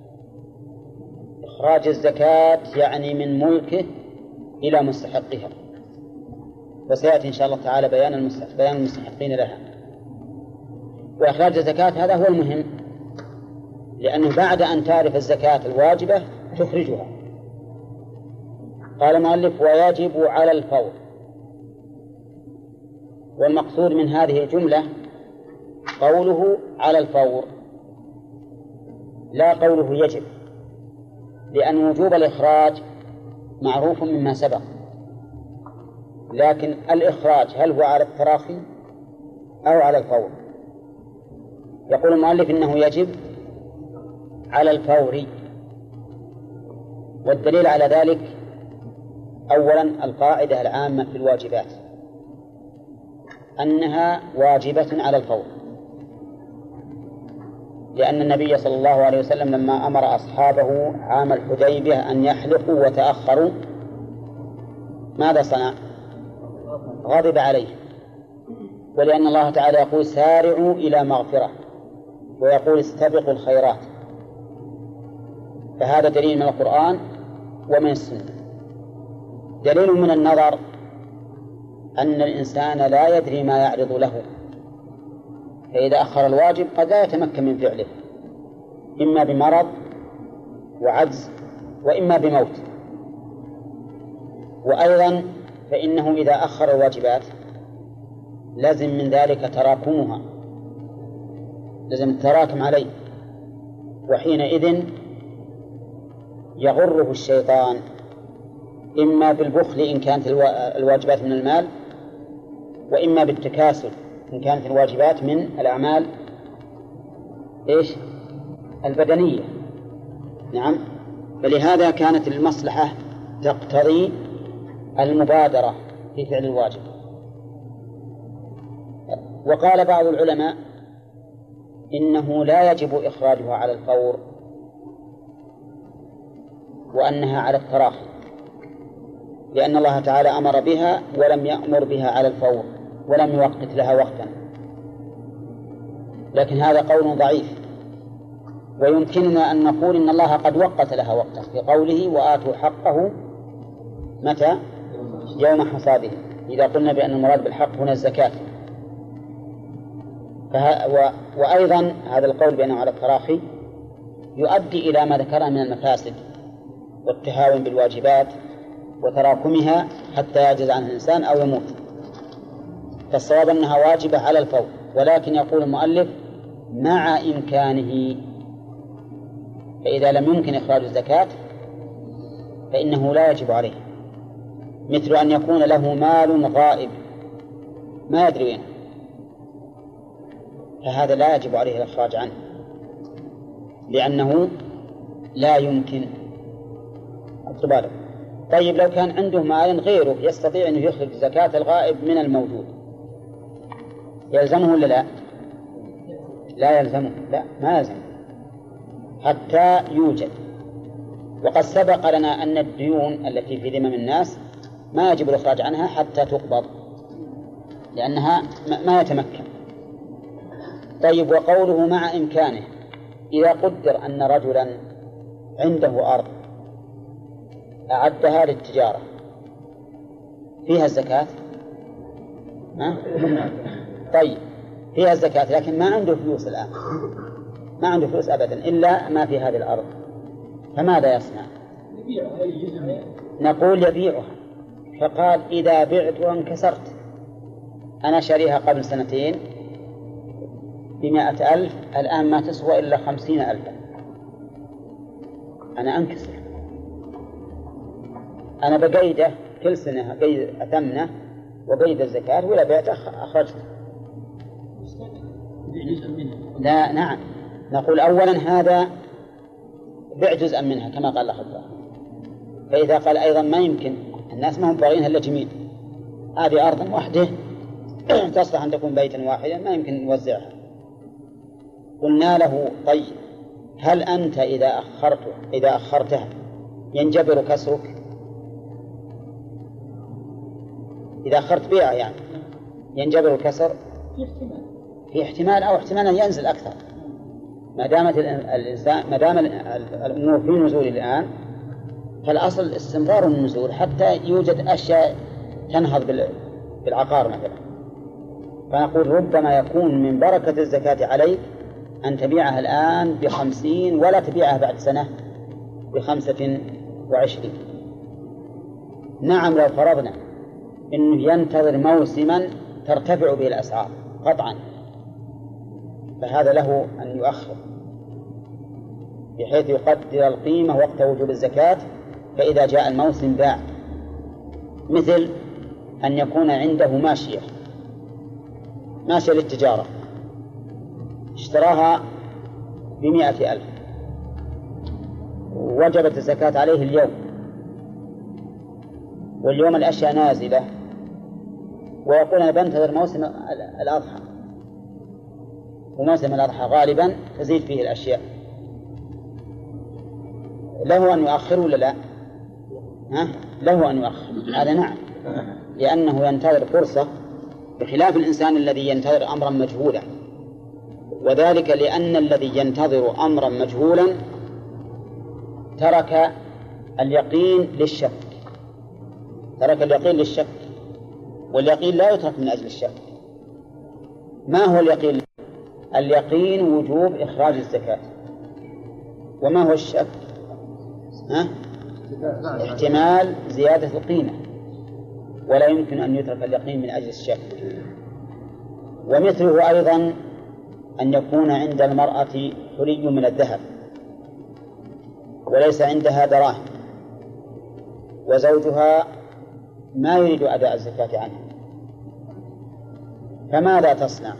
إخراج الزكاة يعني من ملكه إلى مستحقها وسيأتي إن شاء الله تعالى بيان المستحقين لها. وإخراج الزكاة هذا هو المهم لأنه بعد أن تعرف الزكاة الواجبة تخرجها. قال المؤلف ويجب على الفور. والمقصود من هذه الجملة قوله على الفور لا قوله يجب، لأن وجوب الإخراج معروف مما سبق، لكن الإخراج هل هو على التراخي أو على الفور؟ يقول المؤلف إنه يجب على الفور، والدليل على ذلك أولا القاعدة العامة في الواجبات أنها واجبة على الفور، لأن النبي صلى الله عليه وسلم لما أمر أصحابه عام الحديبية أن يحلقوا وتأخروا ماذا صنع؟ غضب عليه، ولأن الله تعالى يقول سارعوا إلى مغفرة ويقول استبقوا الخيرات، فهذا دليل من القرآن ومن السنة. دليل من النظر أن الإنسان لا يدري ما يعرض له، فإذا أخر الواجب قد لا يتمكن من فعله، إما بمرض وعجز وإما بموت. وأيضا فإنه إذا أخر الواجبات لازم من ذلك تراكمها، لازم التراكم عليه، وحينئذ يغره الشيطان إما بالبخل إن كانت الواجبات من المال، وإما بالتكاسل إن كانت الواجبات من الأعمال البدنية. نعم، فلهذا كانت المصلحة تقتضي المبادرة في فعل الواجب. وقال بعض العلماء إنه لا يجب إخراجها على الفور، وأنها على التراخي، لأن الله تعالى أمر بها ولم يأمر بها على الفور ولم يوقت لها وقتا. لكن هذا قول ضعيف، ويمكننا أن نقول إن الله قد وقت لها وقتا في قوله وآتوا حقه متى؟ يوم حصاده، إذا قلنا بأن المراد بالحق هنا الزكاة. وأيضا هذا القول بأنه على التراخي يؤدي إلى ما ذكرنا من المفاسد والتهاون بالواجبات وتراكمها حتى يعجز عنها الإنسان أو يموت. فالصواب أنها واجبة على الفور، ولكن يقول المؤلف مع إمكانه، فإذا لم يمكن إخراج الزكاة فإنه لا يجب عليه، مثل أن يكون له مال غائب ما يدري وين، فهذا لا يجب عليه الإخراج عنه لأنه لا يمكن. أتبالغ. طيب لو كان عنده مال غيره يستطيع أن يخرج زكاة الغائب من الموجود، يلزمه ولا لا؟ لا يلزمه، لا ما يلزمه حتى يوجد. وقد سبق لنا أن الديون التي في ذمم الناس ما يجب الإخراج عنها حتى تقبض لأنها ما يتمكن. طيب وقوله مع إمكانه، إذا قدر أن رجلا عنده أرض أعدها للتجارة فيها الزكاة؟ طيب فيها الزكاة، لكن ما عنده فلوس الآن، ما عنده فلوس أبدا إلا ما في هذه الأرض، فماذا يصنع؟ نقول يبيعها. فقال إذا بعت وانكسرت، أنا شاريها قبل 2 ب100,000، الآن ما تسوى إلا 50,000، أنا أنكسر، أنا بقيده كل سنة أتمنه وقيد الزكاة، ولا بعت أخرجته. لا نعم، نقول أولا هذا بيع جزءا منها كما قال الله. فإذا قال أيضا ما يمكن، الناس ما هم باغينها إلا جميل، هذه أرض واحدة تصلح أن تكون بيتا واحدا ما يمكن نوزعها، قلنا له طيب هل أنت إذا أخرتها ينجبر كسرك؟ إذا أخرت بيعها يعني ينجبر الكسر؟ في احتمال أو احتمال ينزل أكثر، ما دامت الإنسان ما دام الأمور في نزول الآن، فالأصل استمرار النزول حتى يوجد أشياء تنهض بالعقار مثلا. فنقول ربما يكون من بركة الزكاة عليك أن تبيعها الآن ب50 ولا تبيعها بعد سنة ب25. نعم لو فرضنا أنه ينتظر موسما ترتفع به الأسعار قطعا، فهذا له أن يؤخر بحيث يقدر القيمة وقت وجوب الزكاة، فإذا جاء الموسم باع. مثل أن يكون عنده ماشية للتجارة اشتراها ب100,000 ووجبت الزكاة عليه اليوم، واليوم الأشياء نازلة، ويقول أنا بنتظر موسم الأضحى، وموسم الأضحى غالبا تزيد فيه الأشياء، له أن يؤخر ولا لا؟ له أن يؤخر، هذا نعم، لأنه ينتظر فرصة، بخلاف الإنسان الذي ينتظر أمرا مجهولا، وذلك لأن الذي ينتظر أمرا مجهولا ترك اليقين للشك، واليقين لا يترك من أجل الشك. ما هو اليقين؟ اليقين وجوب إخراج الزكاة. وما هو الشك؟ احتمال زيادة القيمة، ولا يمكن أن يترك اليقين من أجل الشك. ومثله أيضا أن يكون عند المرأة حلي من الذهب وليس عندها دراهم، وزوجها ما يريد أداء الزكاة عنه، فماذا تصنع؟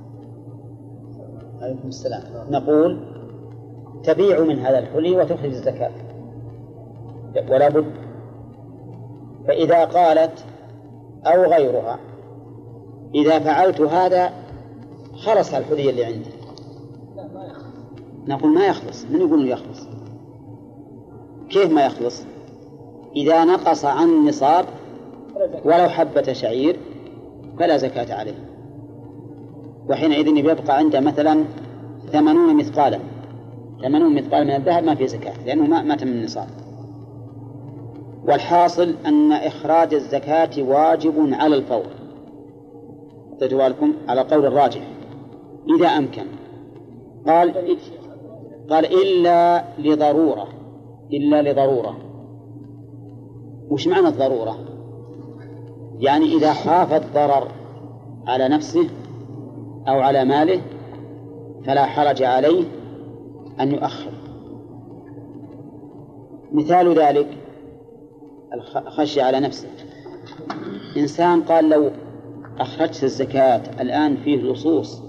عليكم السلام. نقول تبيع من هذا الحلي وتخرج الزكاة ولا بد. فإذا قالت أو غيرها إذا فعلت هذا خلص الحلي اللي عندي، نقول ما يخلص. من يقول يخلص؟ كيف ما يخلص؟ إذا نقص عن النصاب ولو حبة شعير فلا زكاة عليه، وحينئذ يبقى عنده مثلا 80 مثقالا من الذهب ما في زكاة، لأنه ما تم النصاب. والحاصل أن إخراج الزكاة واجب على الفور، تجوالكم على قول الراجح إذا أمكن. قال إلا لضرورة. وش معنى الضرورة؟ يعني إذا خاف الضرر على نفسه أو على ماله فلا حرج عليه أن يؤخر. مثال ذلك الخشية على نفسه. إنسان قال لو أخرجت الزكاة الآن فيه لصوص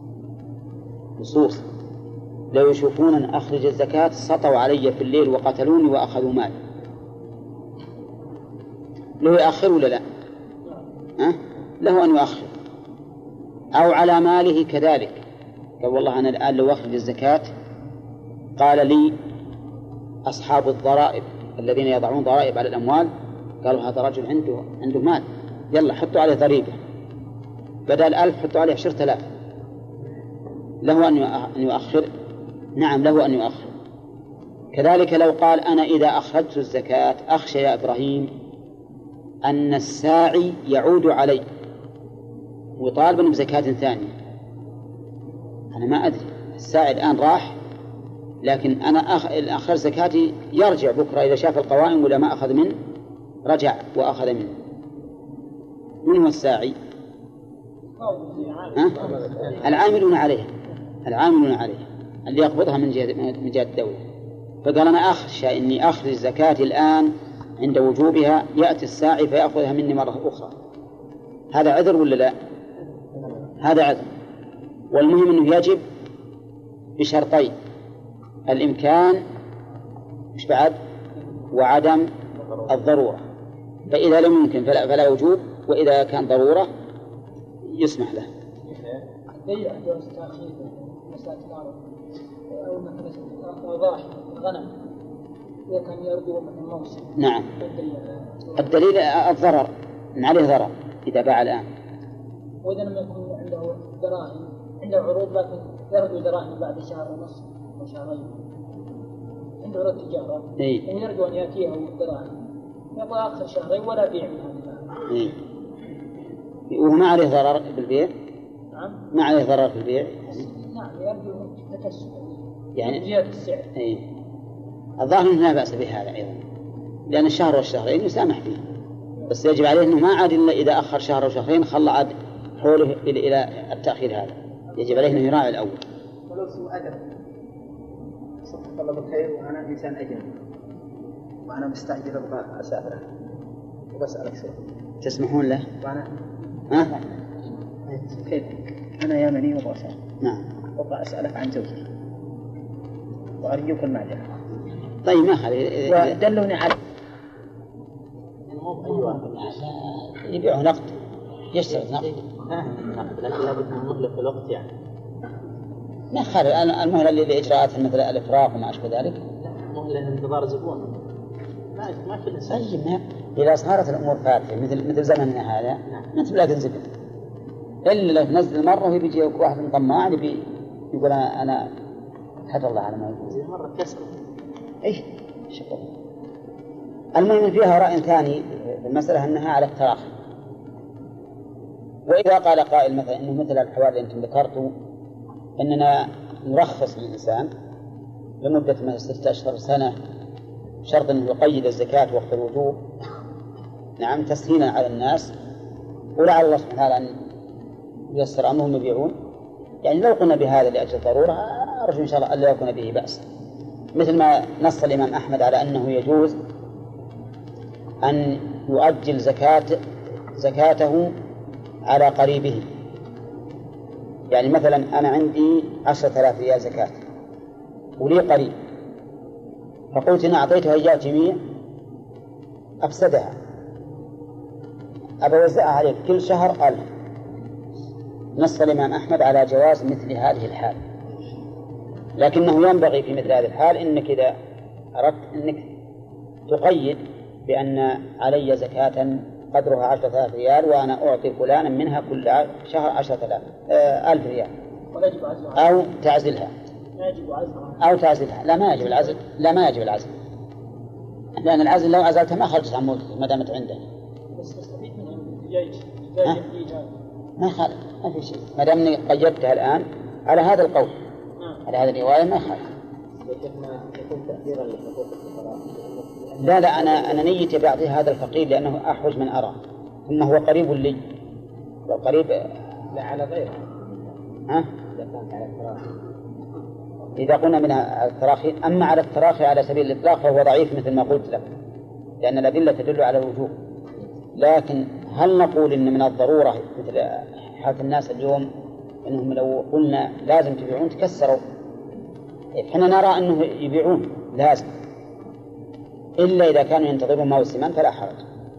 لو يشوفون أن أخرج الزكاة سطوا علي في الليل وقتلوني وأخذوا مال، له يأخر ولا لا؟ له أن يؤخر. أو على ماله كذلك، قال والله أنا الآن لو أخرج الزكاة، قال لي أصحاب الضرائب الذين يضعون ضرائب على الأموال، قالوا هذا رجل عنده مال، يلا حطوا عليه ضريبة، بدل 1000 حطوا عليه 10,000. له أن يؤخر؟ نعم له أن يؤخر. كذلك لو قال أنا إذا أخرجت الزكاة أخشى يا إبراهيم أن الساعي يعود علي وطالبا بزكاة ثانية، أنا ما أدري، الساعي الآن راح، لكن أنا أخر زكاتي يرجع بكرة إذا شاف القوائم ولا ما أخذ منه رجع وأخذ منه. من هو الساعي؟ العاملون عليها اللي يقبضها من جهة الدولة. فقال أنا أخشى إني أخرج زكاتي الآن عند وجوبها يأتي الساعي فيأخذها مني مرة أخرى. هذا عذر ولا لا؟ هذا عذر. والمهم أنه يجب بشرطين: الإمكان مش بعد، وعدم الضرورة. فإذا لم يمكن فلا وجوب، وإذا كان ضرورة يسمح له. بيع جواز تأخير مسألة الأرض أو مثلا أضاحي الغنم إذا كان يرجو من الموسم. نعم. الدليل الضرر، إن عليه ضرر إذا باع الآن. وإذا لم يكن عنده دراهم، عنده عروض لكن يرجو دراهم بعد شهر ونصف أو شهرين، عنده عروض تجارة ويرجو أن يأتيه الدراهم، يقول آخر شهرين ولا بيع من هذا. وهو ما عليه ضرر بالبيع؟ نعم. ما عليه ضرر في البيع؟ نعم، يرجو تكسب يعني زيادة السعر. الظاهر أنه لا بأس بهذا أيضا، لأن الشهر والشهرين يسامح فيه، بس يجب عليه أنه ما عاد إلا إذا أخر شهر وشهرين خلى عاد حوله إلى التأخير هذا. يجب عليه أن يراعي الأول. ولو سوء أدب صدق الله بالخير وأنا إنسان أجنبي وأنا مستعجل أبغى أسافر وبسألك سؤال تسمحون له؟ وأنا ها؟ كيف؟ أنا يمني وأبغى أسافر. نعم. وأبغى أسألك عن زوجتي وأرجوك المعذرة. طيب ما خلي. ودلوني على يبيعه نقد، يشتري نقد. لكن لابد من مهلة في الوقت يعني. ما خلي المهلة لإجراءات مثل الإفراغ وما أشبه ذلك. مهلة انتظار زبون. ما في الإنسان. طيب إذا صارت الأمور فاتحة مثل زمننا هذا ما تبلا تنزل إلا لو نزل مرة ويجي واحد طماع يقول أنا حد الله على ما يقول. زي مرة كسر. إيه شكرا. المهم فيها رأي ثاني في المسألة أنها على التراخي. وإذا قال قائل مثلا إنه مثل الحوار اللي أنتم ذكرتوا إننا نرخص للإنسان لمدة مثلا 6 أشهر سنة شرط أنه يقيد الزكاة وقت الوجوب، نعم، تسهيلا على الناس، ولعل الله سبحانه وتعالى أن ييسر أمرهم يبيعون. يعني لو قلنا بهذا لأجل الضرورة أرجو إن شاء الله ألا يكون به بأس، مثل ما نص الإمام أحمد على أنه يجوز أن يؤجل زكاته على قريبه. يعني مثلا أنا عندي 10,000 ريال زكاة ولي قريب، فقلت إن أعطيته إياه جميع أفسدها، أبوزعها عليك كل شهر 1000. نص الإمام أحمد على جواز مثل هذه الحال، لكنه ينبغي في مثل هذه الحال إنك إذا أردت أنك تقيد بأن علي زكاة قدرها 10,000 ريال وأنا أعطي فلانا منها كل شهر 10,000 ريال، أو تعزلها أو تعزلها. لا ما يجب العزل، لا ما يجب العزل، لأن العزل لو عزلتها ما خرجت عن ملكك ما دامت عنده. بس تستفيد منها ما يخالف، ما في شيء ما دام قيدتها الآن على هذا القول، على هذه الرواية ما يخالف. لا أنا نيتي بعطي هذا الفقير لأنه أحوج من أرى، ثم هو قريب لي، والقريب لا على غيره. ها؟ إذا قلنا منها على التراخي. أما على التراخي على سبيل الإطلاق فهو ضعيف مثل ما قلت لك، لأن الأدلة تدل على الوجوب. لكن هل نقول إن من الضرورة مثل حالة الناس اليوم إنهم لو قلنا لازم تبيعون تكسروا؟ إحنا نرى أنه يبيعون لازم، إلا إذا كانوا ينتظرون موسما فلا حرج.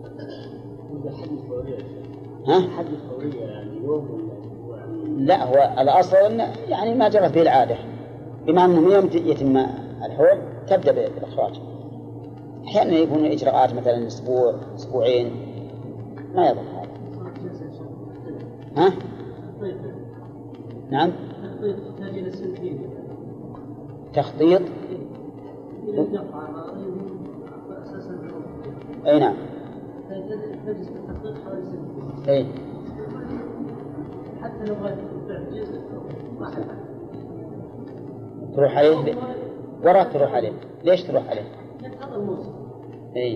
حد الفورية يعني يوم لا، هو الأصل يعني ما جرت به العادة، بما أنه يوم يتم الحول تبدأ بالإخراج. أحيانا يكون إجراءات مثلا أسبوع أسبوعين ما يضر هذا. ها؟ نعم. تخطيط. أي نعم. أي. حتى لو غير جزء تروح عليه وراك، تروح عليه. ليش تروح عليه؟ هذا الموسم. أي.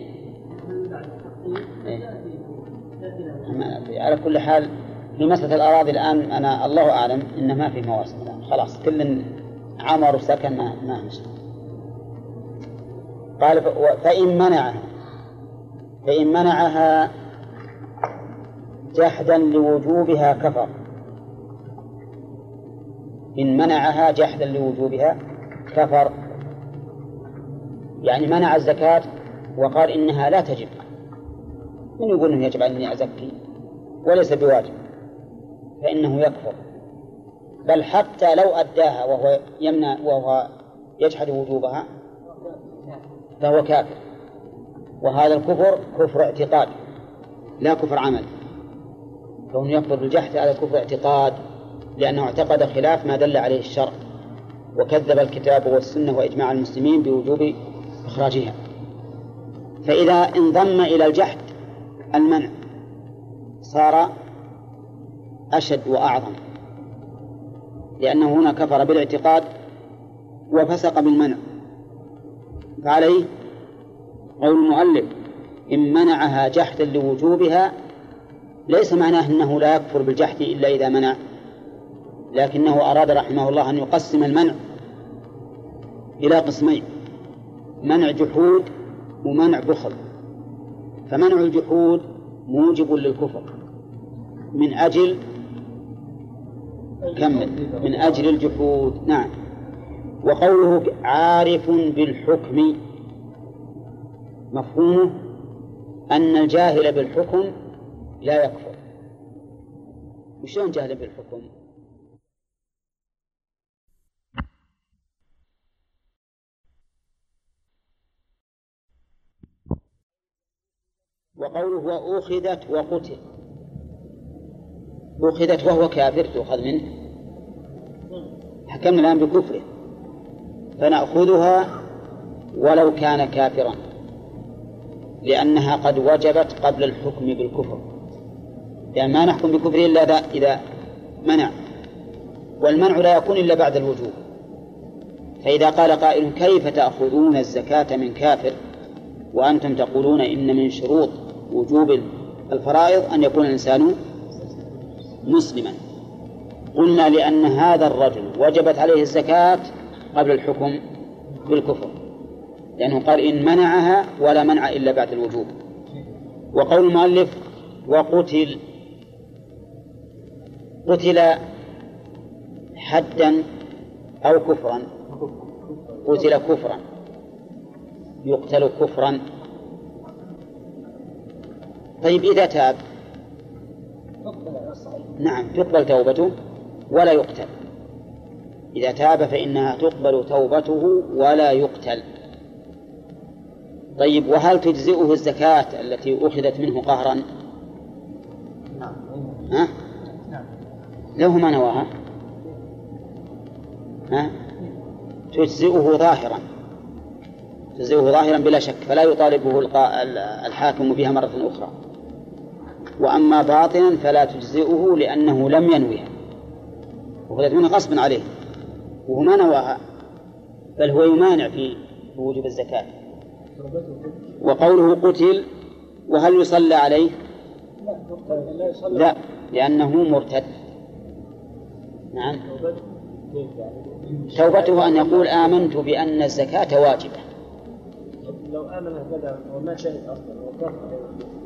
على كل حال في مسألة الأراضي الآن أنا الله أعلم إن ما في مواسم الآن، خلاص كل عمر وسكن ما مشي. قال فإن منعها جحدا لوجوبها كفر. إن منعها جحدا لوجوبها كفر، يعني منع الزكاة وقال إنها لا تجب. من يقول إنه يجب أني أزكي وليس بواجب، فإنه يكفر. بل حتى لو أداها وهو يمنع وهو يجحد وجوبها فهو كافر. وهذا الكفر كفر اعتقاد لا كفر عمل، فهو يكفر بالجحد على كفر اعتقاد، لأنه اعتقد خلاف ما دل عليه الشرع وكذب الكتاب والسنة وإجماع المسلمين بوجوب إخراجها. فإذا انضم إلى الجحد المنع صار أشد وأعظم، لأنه هنا كفر بالاعتقاد وفسق بالمنع. فعليه قول المؤلف إن منعها جحدا لوجوبها، ليس معناه أنه لا يكفر بالجحد إلا إذا منع، لكنه أراد رحمه الله أن يقسم المنع إلى قسمين: منع جحود ومنع بخل. فمنع الجحود موجب للكفر من أجل من أجل الجحود. نعم. وقوله عارف بالحكم مفهومه أن الجاهل بالحكم لا يكفر. وشلون جاهل بالحكم؟ وقوله وأخذت وقتل، أخذت وهو كافر تؤخذ منه، حكمنا الآن بكفره فنأخذها ولو كان كافرا، لأنها قد وجبت قبل الحكم بالكفر، يعني ما نحكم بكفره إلا إذا منع، والمنع لا يكون إلا بعد الوجوب. فإذا قال قائل كيف تأخذون الزكاة من كافر وأنتم تقولون إن من شروط وجوب الفرائض أن يكون الإنسان مسلما، قلنا لأن هذا الرجل وجبت عليه الزكاة قبل الحكم بالكفر، لأنه قال إن منعها ولا منع إلا بعد الوجوب. وقول المؤلف وقتل، قتل حدا أو كفرا، قتل كفرا، يقتل كفرا. طيب إذا تاب نعم تقبل توبته ولا يقتل، إذا تاب فإنها تقبل توبته ولا يقتل. طيب وهل تجزئه الزكاة التي أخذت منه قهرا؟ ها؟ له ما نواها؟ ها؟ تجزئه ظاهرا، تجزئه ظاهرا بلا شك، فلا يطالبه الحاكم بها مرة أخرى. وأما باطنا فلا تجزئه لأنه لم ينويها، وأخذت منه غصبا عليه وهو ما نواها، بل هو يمانع في وجوب الزكاة. وقوله قتل وهل يصلى عليه؟ لا، لأنه مرتد. نعم. توبته أن يقول آمنت بأن الزكاة واجبة. لو آمن هكذا وما شهد أصلا وكفر،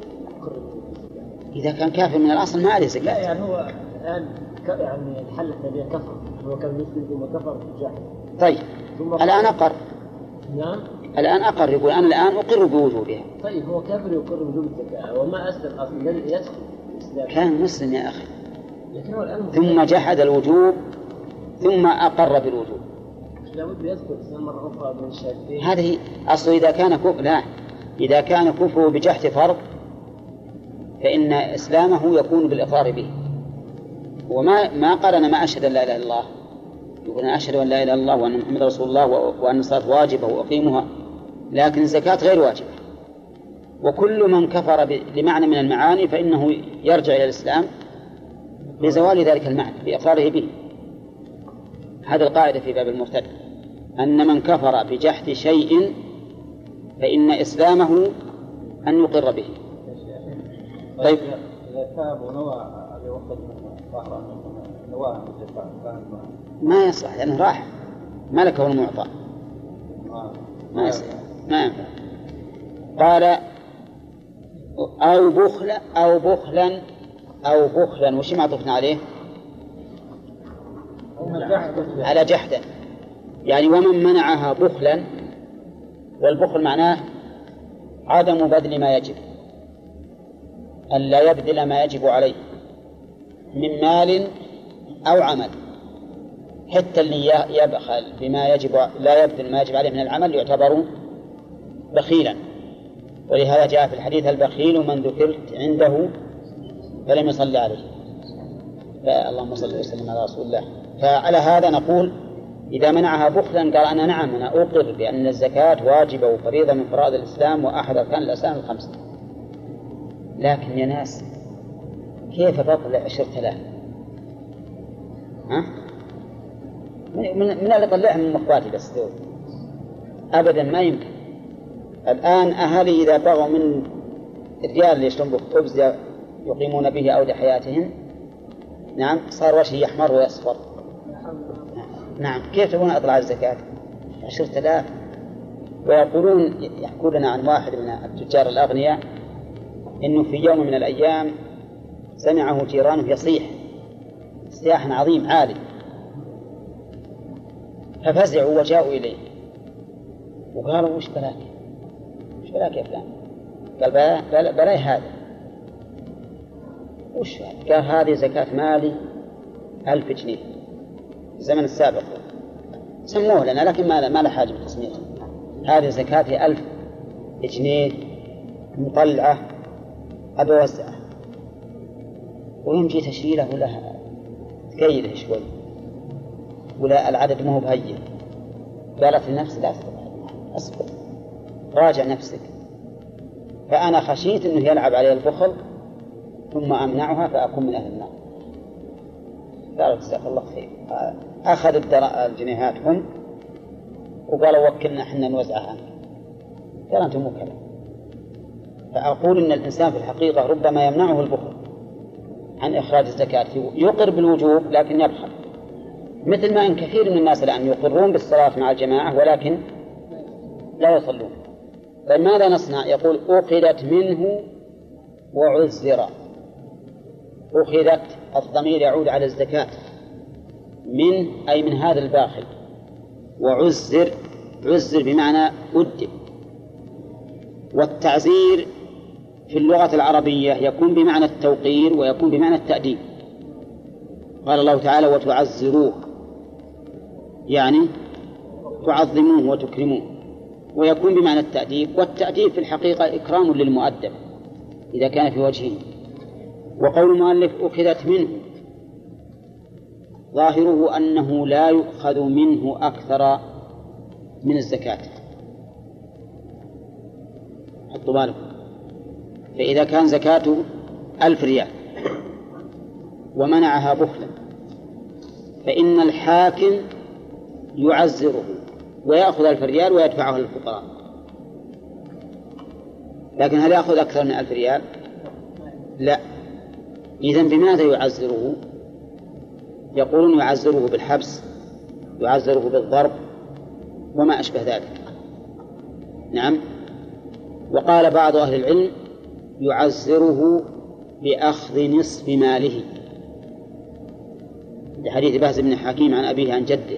إذا كان كافر من الأصل ما عليه زكاة. لا يعني هو الآن يعني الحل الذي كفر، هو كان مسلم ثم كفر جاحد. طيب الآن أقر. نعم. الآن أقر، يقول أنا الآن أقر بوجوبها. طيب هو كافر يقر بوجوب الزكاة وما أسلم أصلا، الذي يدخل الإسلام كان مسلم يا أخي، لكن هو الآن ثم جحد الوجوب ثم أقر بالوجوب. لابد يذكر الإسلام مرة أخرى من الشهادتين. هذه أصل. إذا كان كفر، لا، إذا كان كفره بجحد فرض فإن إسلامه يكون بالإقرار به. وما قرن ما أشهد أن لا إله إلا الله، يقول أنا أشهد أن لا إله إلا الله وأن محمد رسول الله وأن الصلاة واجبة وأقيمها، لكن الزكاة غير واجبة. وكل من كفر لمعنى من المعاني فإنه يرجع إلى الإسلام بزوال ذلك المعنى بإقراره به. هذه القاعدة في باب المرتد، أن من كفر بجحد شيء فإن إسلامه أن يقر به. طيب إذا تاب ونوى يوصل ظهره نواه ما يصلح، لأنه راح ملكه المعطى، ما يصلح، ما ينفع. قال أو بخلا وش ما عطفنا عليه؟ على جحدا، يعني ومن منعها بخلا، والبخل معناه عدم بذل ما يجب، أن لا يبذل ما يجب عليه من مال أو عمل. حتى اللي يبخل بما يجب، لا يبذل ما يجب عليه من العمل يعتبر بخيلا. ولهذا جاء في الحديث البخيل من ذكرت عنده فلم يصلي عليه. اللهم صل وسلم على رسول الله. فعلى هذا نقول إذا منعها بخلا قال أنا نعم أنا أقر بأن الزكاة واجبة وفريضة من فرائض الإسلام وأحد أركان الإسلام الخمسة، لكن يا ناس كيف بطلع 10,000؟ ها؟ من اللي طلعهم من مخباتي بس دول؟ أبدا ما يمكن. الآن أهالي إذا بغوا من الرجال اللي يشترون خبز يقيمون به أود حياتهم، نعم، صار وجهه يحمر ويصفر نعم. كيف تبون أطلع الزكاة 10,000؟ ويقولون يحكون لنا عن واحد من التجار الأغنياء إنه في يوم من الأيام سمعه جيرانه يصيح صياحا عظيم عالي، ففزعوا وجاءوا إليه وقالوا وش بلاك يا فلان؟ قال بلاي هذا. وش قال؟ هذه زكاة مالي 1000 جنيه في الزمن السابق، سموه لنا لكن ما له حاجة بتسميته. هذه زكاة 1000 جنيه مطلعة أبي أوزعها، ويوم جيت أشيله ولا تقيده شوي ولا العدد ما هو بهين، قالت لنفسي لا أصبر راجع نفسك، فأنا خشيت أنه يلعب علي البخل ثم أمنعها فأكون من أهل النار. قالوا جزاك الله خير. أخذ الجنيهات هم وقالوا وكلنا حنا نوزعها عنك. قال أنتم وكلا. فأقول إن الإنسان في الحقيقة ربما يمنعه البخل عن إخراج الزكاة، يقر بالوجوب لكن يبخل، مثل ما إن كثير من الناس الآن يقرون بالصلاة مع الجماعة ولكن لا يصلون. فماذا نصنع؟ يقول أخذت منه وعزر. أخذت الضمير يعود على الزكاة، من أي من هذا الباخل، وعزر بمعنى أدب. والتعزير في اللغة العربية يكون بمعنى التوقير ويكون بمعنى التأديب. قال الله تعالى وتعزروه، يعني تعظموه وتكرموه، ويكون بمعنى التأديب. والتأديب في الحقيقة إكرام للمؤدب إذا كان في وجهه. وقول المؤلف أخذت منه ظاهره أنه لا يؤخذ منه أكثر من الزكاة. حطوا بالكم، فإذا كان زكاته 1000 ريال ومنعها بخلا فإن الحاكم يعزره ويأخذ 1000 ريال ويدفعها للفقراء. لكن هل يأخذ أكثر من 1000 ريال؟ لا. إذن بماذا يعزره؟ يقولون يعزره بالحبس، يعزره بالضرب وما أشبه ذلك. نعم. وقال بعض أهل العلم يعزره بأخذ نصف ماله، لحديث بهز بن حكيم عن أبيه عن جده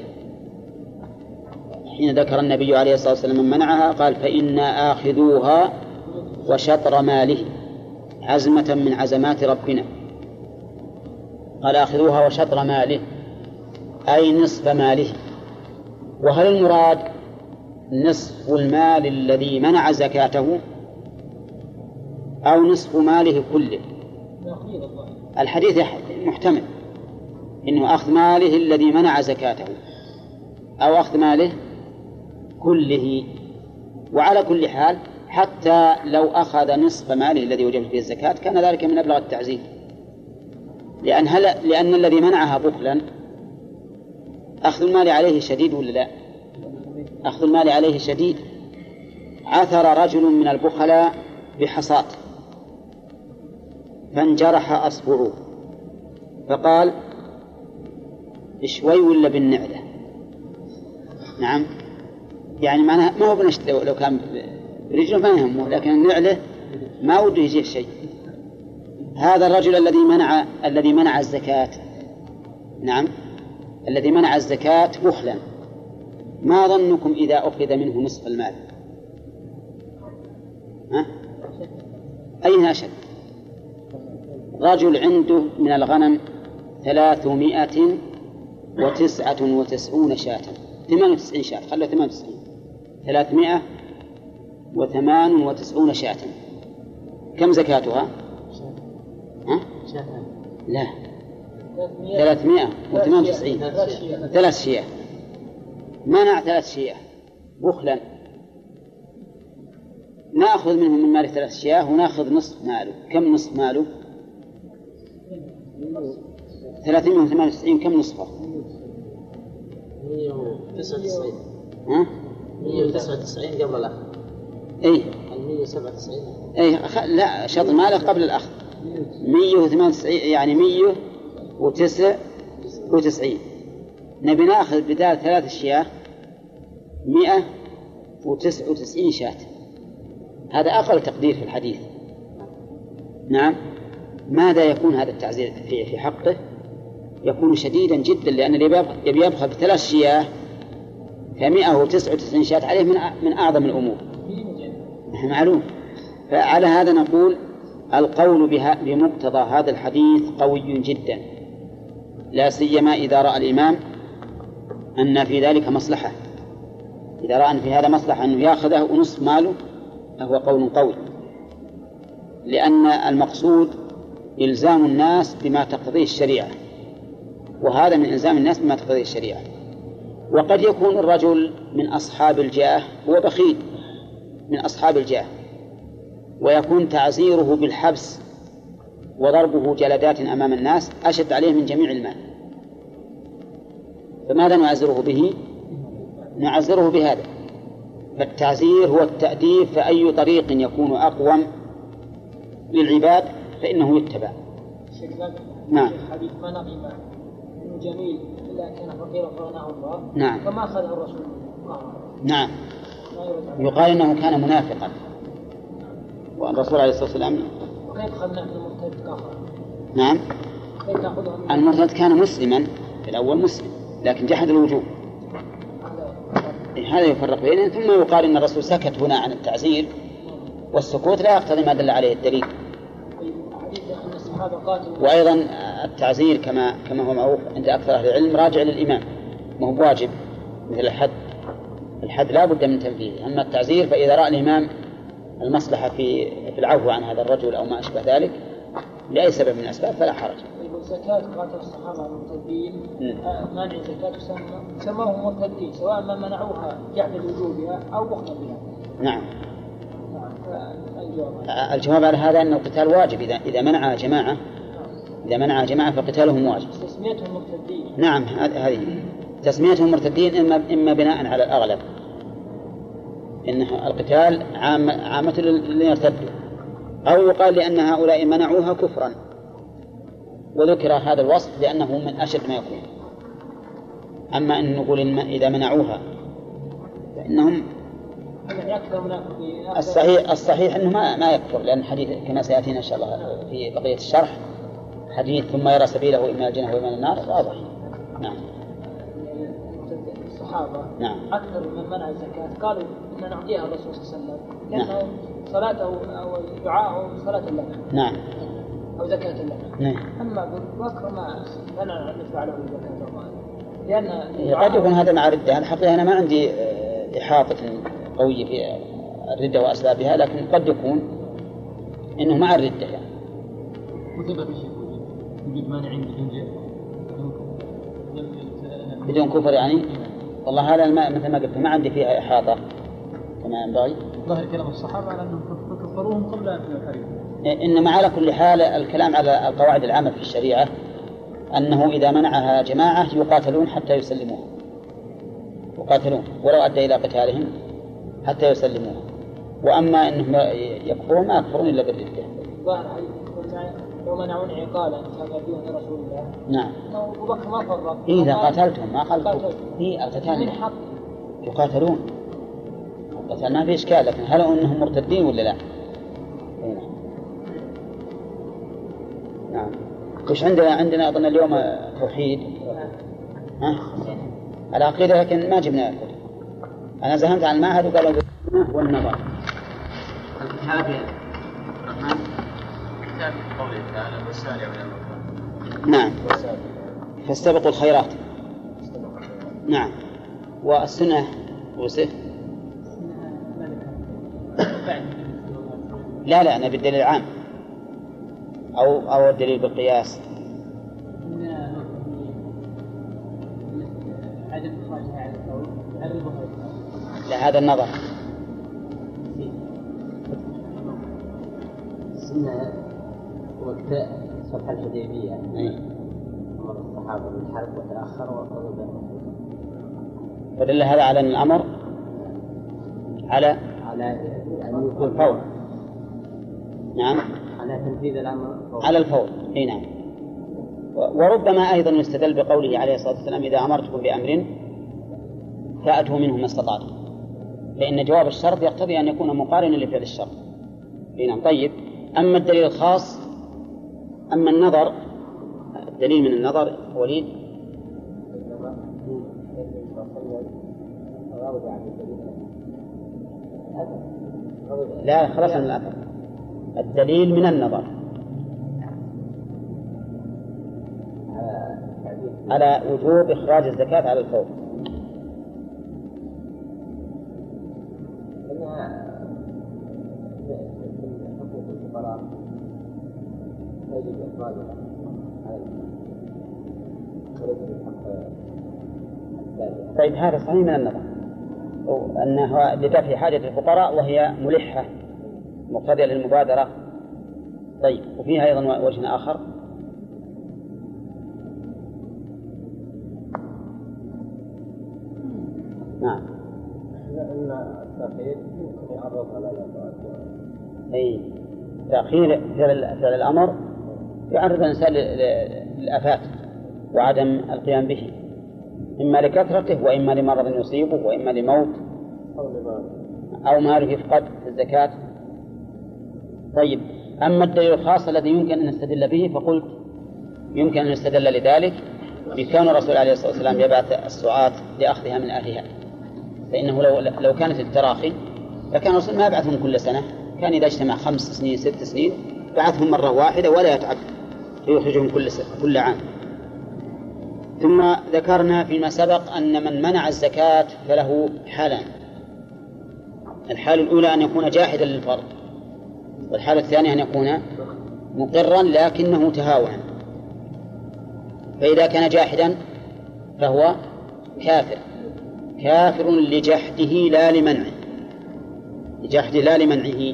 حين ذكر النبي عليه الصلاة والسلام من منعها قال فإنا آخذوها وشطر ماله، عزمة من عزمات ربنا. قال آخذوها وشطر ماله أي نصف ماله. وهل المراد نصف المال الذي منع زكاته أو نصف ماله كله؟ الحديث محتمل إنه أخذ ماله الذي منع زكاته أو أخذ ماله كله. وعلى كل حال حتى لو أخذ نصف ماله الذي وجبت فيه الزكاة كان ذلك من أبلغ التعزير، لأن الذي منعها بخلا أخذ المال عليه شديد ولا لا؟ أخذ المال عليه شديد. عثر رجل من البخلاء بحصاة فانجرح أصبعه فقال شوي ولا بالنعلة. نعم، يعني معناها ما هو بنشت، لو كان برجله ما يهمه، لكن النعلة ما وده يجيه شيء. هذا الرجل الذي منع الزكاة، نعم، الذي منع الزكاة بخلا، ما ظنكم إذا أخذ منه نصف المال؟ أين أشد؟ رجل عنده من الغنم 399 شاة، 98 شاة، خلوا 98، 398 شاة. كم زكاتها؟ لا، 398، 3 شياه. منع 3 شياه بخلا، نأخذ منه من مال 3 شياه ونأخذ نصف ماله. كم نصف ماله؟ 398. كم نصفه؟ 199. 199 قبل الأخذ. إيه 197. إيه لا، شطر ماله قبل الأخذ 198، يعني 199. نبي ناخذ بدال 3 شياه 199 شاة. هذا أقل تقدير في الحديث. نعم. ماذا يكون هذا التعزير في حقه؟ يكون شديدا جدا، لأن اللي يبخل ب3 شياه ف199 شاة عليه من أعظم الأمور معلوم. فعلى هذا نقول القول بمقتضى هذا الحديث قوي جدا، لا سيما إذا رأى الإمام أن في ذلك مصلحة. إذا رأى أن في هذا مصلحة أنه يأخذه ونصف ماله فهو قول قوي، لأن المقصود إلزام الناس بما تقتضيه الشريعة، وهذا من إلزام الناس بما تقتضيه الشريعة. وقد يكون الرجل من أصحاب الجاه، هو بخيل من أصحاب الجاه، ويكون تعزيره بالحبس وضربه جلدات أمام الناس أشد عليه من جميع المال، فماذا نعزره به؟ نعزره بهذا. فالتعزير هو التأديب، فأي طريق يكون أقوم للعباد فإنه يتبع. نعم. الحديث ما نقيم إنه جميل إلا كان فقيرا فغناه الله. نعم. فما أخذه الرسول. نعم. يقال إنه كان منافقا، والرسول عليه الصلاة والسلام. وكيف أخذنا من المرتد كافر؟ نعم. كيف نأخذه من المرتد كان مسلما في الأول، مسلم لكن جحد الوجوب، هذا يفرق بينهم. ثم يقال إن الرسول سكت هنا عن التعزير، والسكوت لا يقتضي ما دل عليه الدليل. وأيضا التعزير كما هو معروف عند أكثر أهل العلم راجع للإمام، ما هو واجب مثل الحد لا بد من تنفيذه. أما التعزير فإذا رأى الإمام المصلحة في العفو عن هذا الرجل أو ما أشبه ذلك لأي سبب من الأسباب فلا حرج. الزكاة قاتل الصحابة المرتدين، مانع الزكاة سموهم مرتدين سواء ما منعوها جحد وجوبها أو بخلا بها. نعم. الجواب على هذا أن القتال واجب إذا منع جماعة، إذا منع جماعة فقتالهم واجب. تسميتهم مرتدين. نعم، هذه تسميتهم مرتدين إما بناء على الأغلب إن القتال عامة اللي يرتدوا، أو يقال لأن هؤلاء منعوها كفرا وذكر هذا الوصف لأنه من أشد ما يكون. أما أن نقول إذا منعوها فإنهم الصحيح أنه ما يكفر، لأن الحديث كما سيأتينا إن شاء الله في بقية الشرح حديث ثم يرى سبيله إما الجنة وإما النار واضح. نعم. الصحابة نعم. أكثر من منع الزكاة قالوا إن نعطيها الرسول صلى الله عليه وسلم لأنه صلاته أو دعاءه صلاة لنا. نعم. أو زكاة لنا. نعم. أما بكر ما لنا ندفع له الزكاة لأن قد يكون هذا مع ردة. الحقيقة أنا ما عندي إحاطة قوية في الردة وأسبابها، لكن قد يكون إنه مع الردة يعني. وثبت شيء وجود مانعين بدون كفر يعني. والله هذا مثل ما قلت ما عندي فيها إحاطة كما ينبغي. ظاهر كلام الصحابة على أنهم كفروهم قبل أن الحريم. إنما على كل حال الكلام على القواعد العامة في الشريعة أنه إذا منعها جماعة يقاتلون حتى يسلموها، يقاتلون ولو أدى إلى قتالهم حتى يسلموها. وأما أنهم يكفرون ما يكفرون إلا بالردة. ظاهر لو منعون عقالا كما يدون رسول الله. نعم. أبو بكر ما فرق. إذا قاتلتهم ما قال القتال يقاتلون القتال ما في إشكال، لكن هل أنهم مرتدين ولا لا؟ نعم. وش عندنا أظن اليوم توحيد العقيدة، لكن ما جبنا الكتب. أنا زهمت عن المعهد وقالوا والنظر الكتاب كتاب قوله تعالى والسارع إلى المغفرة. نعم. فاستبقوا الخيرات. نعم. والسنة وسه لا أنا بالدليل العام أو الدليل بالقياس. لا هذا النظر. السنة وقت صلح الحديبية أمر الصحابة بالحرب وتأخر وقضوا بينهم. فدل هذا على الأمر على أن يكون فور. نعم. على تنفيذ الأمر على الفور. أي نعم. وربما أيضا يستدل بقوله عليه الصلاة والسلام إذا أمرتكم بأمر فأتوا منه ما استطعتم، فإن جواب الشرط يقتضي أن يكون مقارنا لفعل الشرط. نعم. طيب، أما الدليل الخاص، أما النظر، الدليل من النظر وليد لا خلاص من الأثر. الدليل من النظر على وجوب إخراج الزكاة على الفور. طيب هذا صحيح من النظر، أنها لدفع حاجة الفقراء وهي ملحة مقتضية للمبادرة. طيب، وفيها أيضا وجه آخر نعم، أن التأخير يمكن يعرض على الأفات. أي تأخير فعل الأمر يعرض الإنسان للآفات وعدم القيام به، إما لكثرته وإما لمرض يصيبه وإما لموت أو مال يفقد في الزكاة. طيب، أما الدليل الخاص الذي يمكن أن نستدل به، فقلت يمكن أن نستدل لذلك بكون الرسول عليه الصلاة والسلام يبعث السعاة لأخذها من أهلها، فإنه لو كانت التراخي لكان الرسول ما يبعثهم كل سنة، كان إذا اجتمع 5 سنين 6 سنين بعثهم مرة واحدة ولا يتعب فيخرجهم كل عام. ثم ذكرنا فيما سبق أن من منع الزكاة فله حالان: الحالة الأولى أن يكون جاحدا للفرض، والحالة الثانية أن يكون مقرا لكنه تهاونا. فإذا كان جاحدا فهو كافر لجحده لا لمنعه، لجحده لا لمنعه،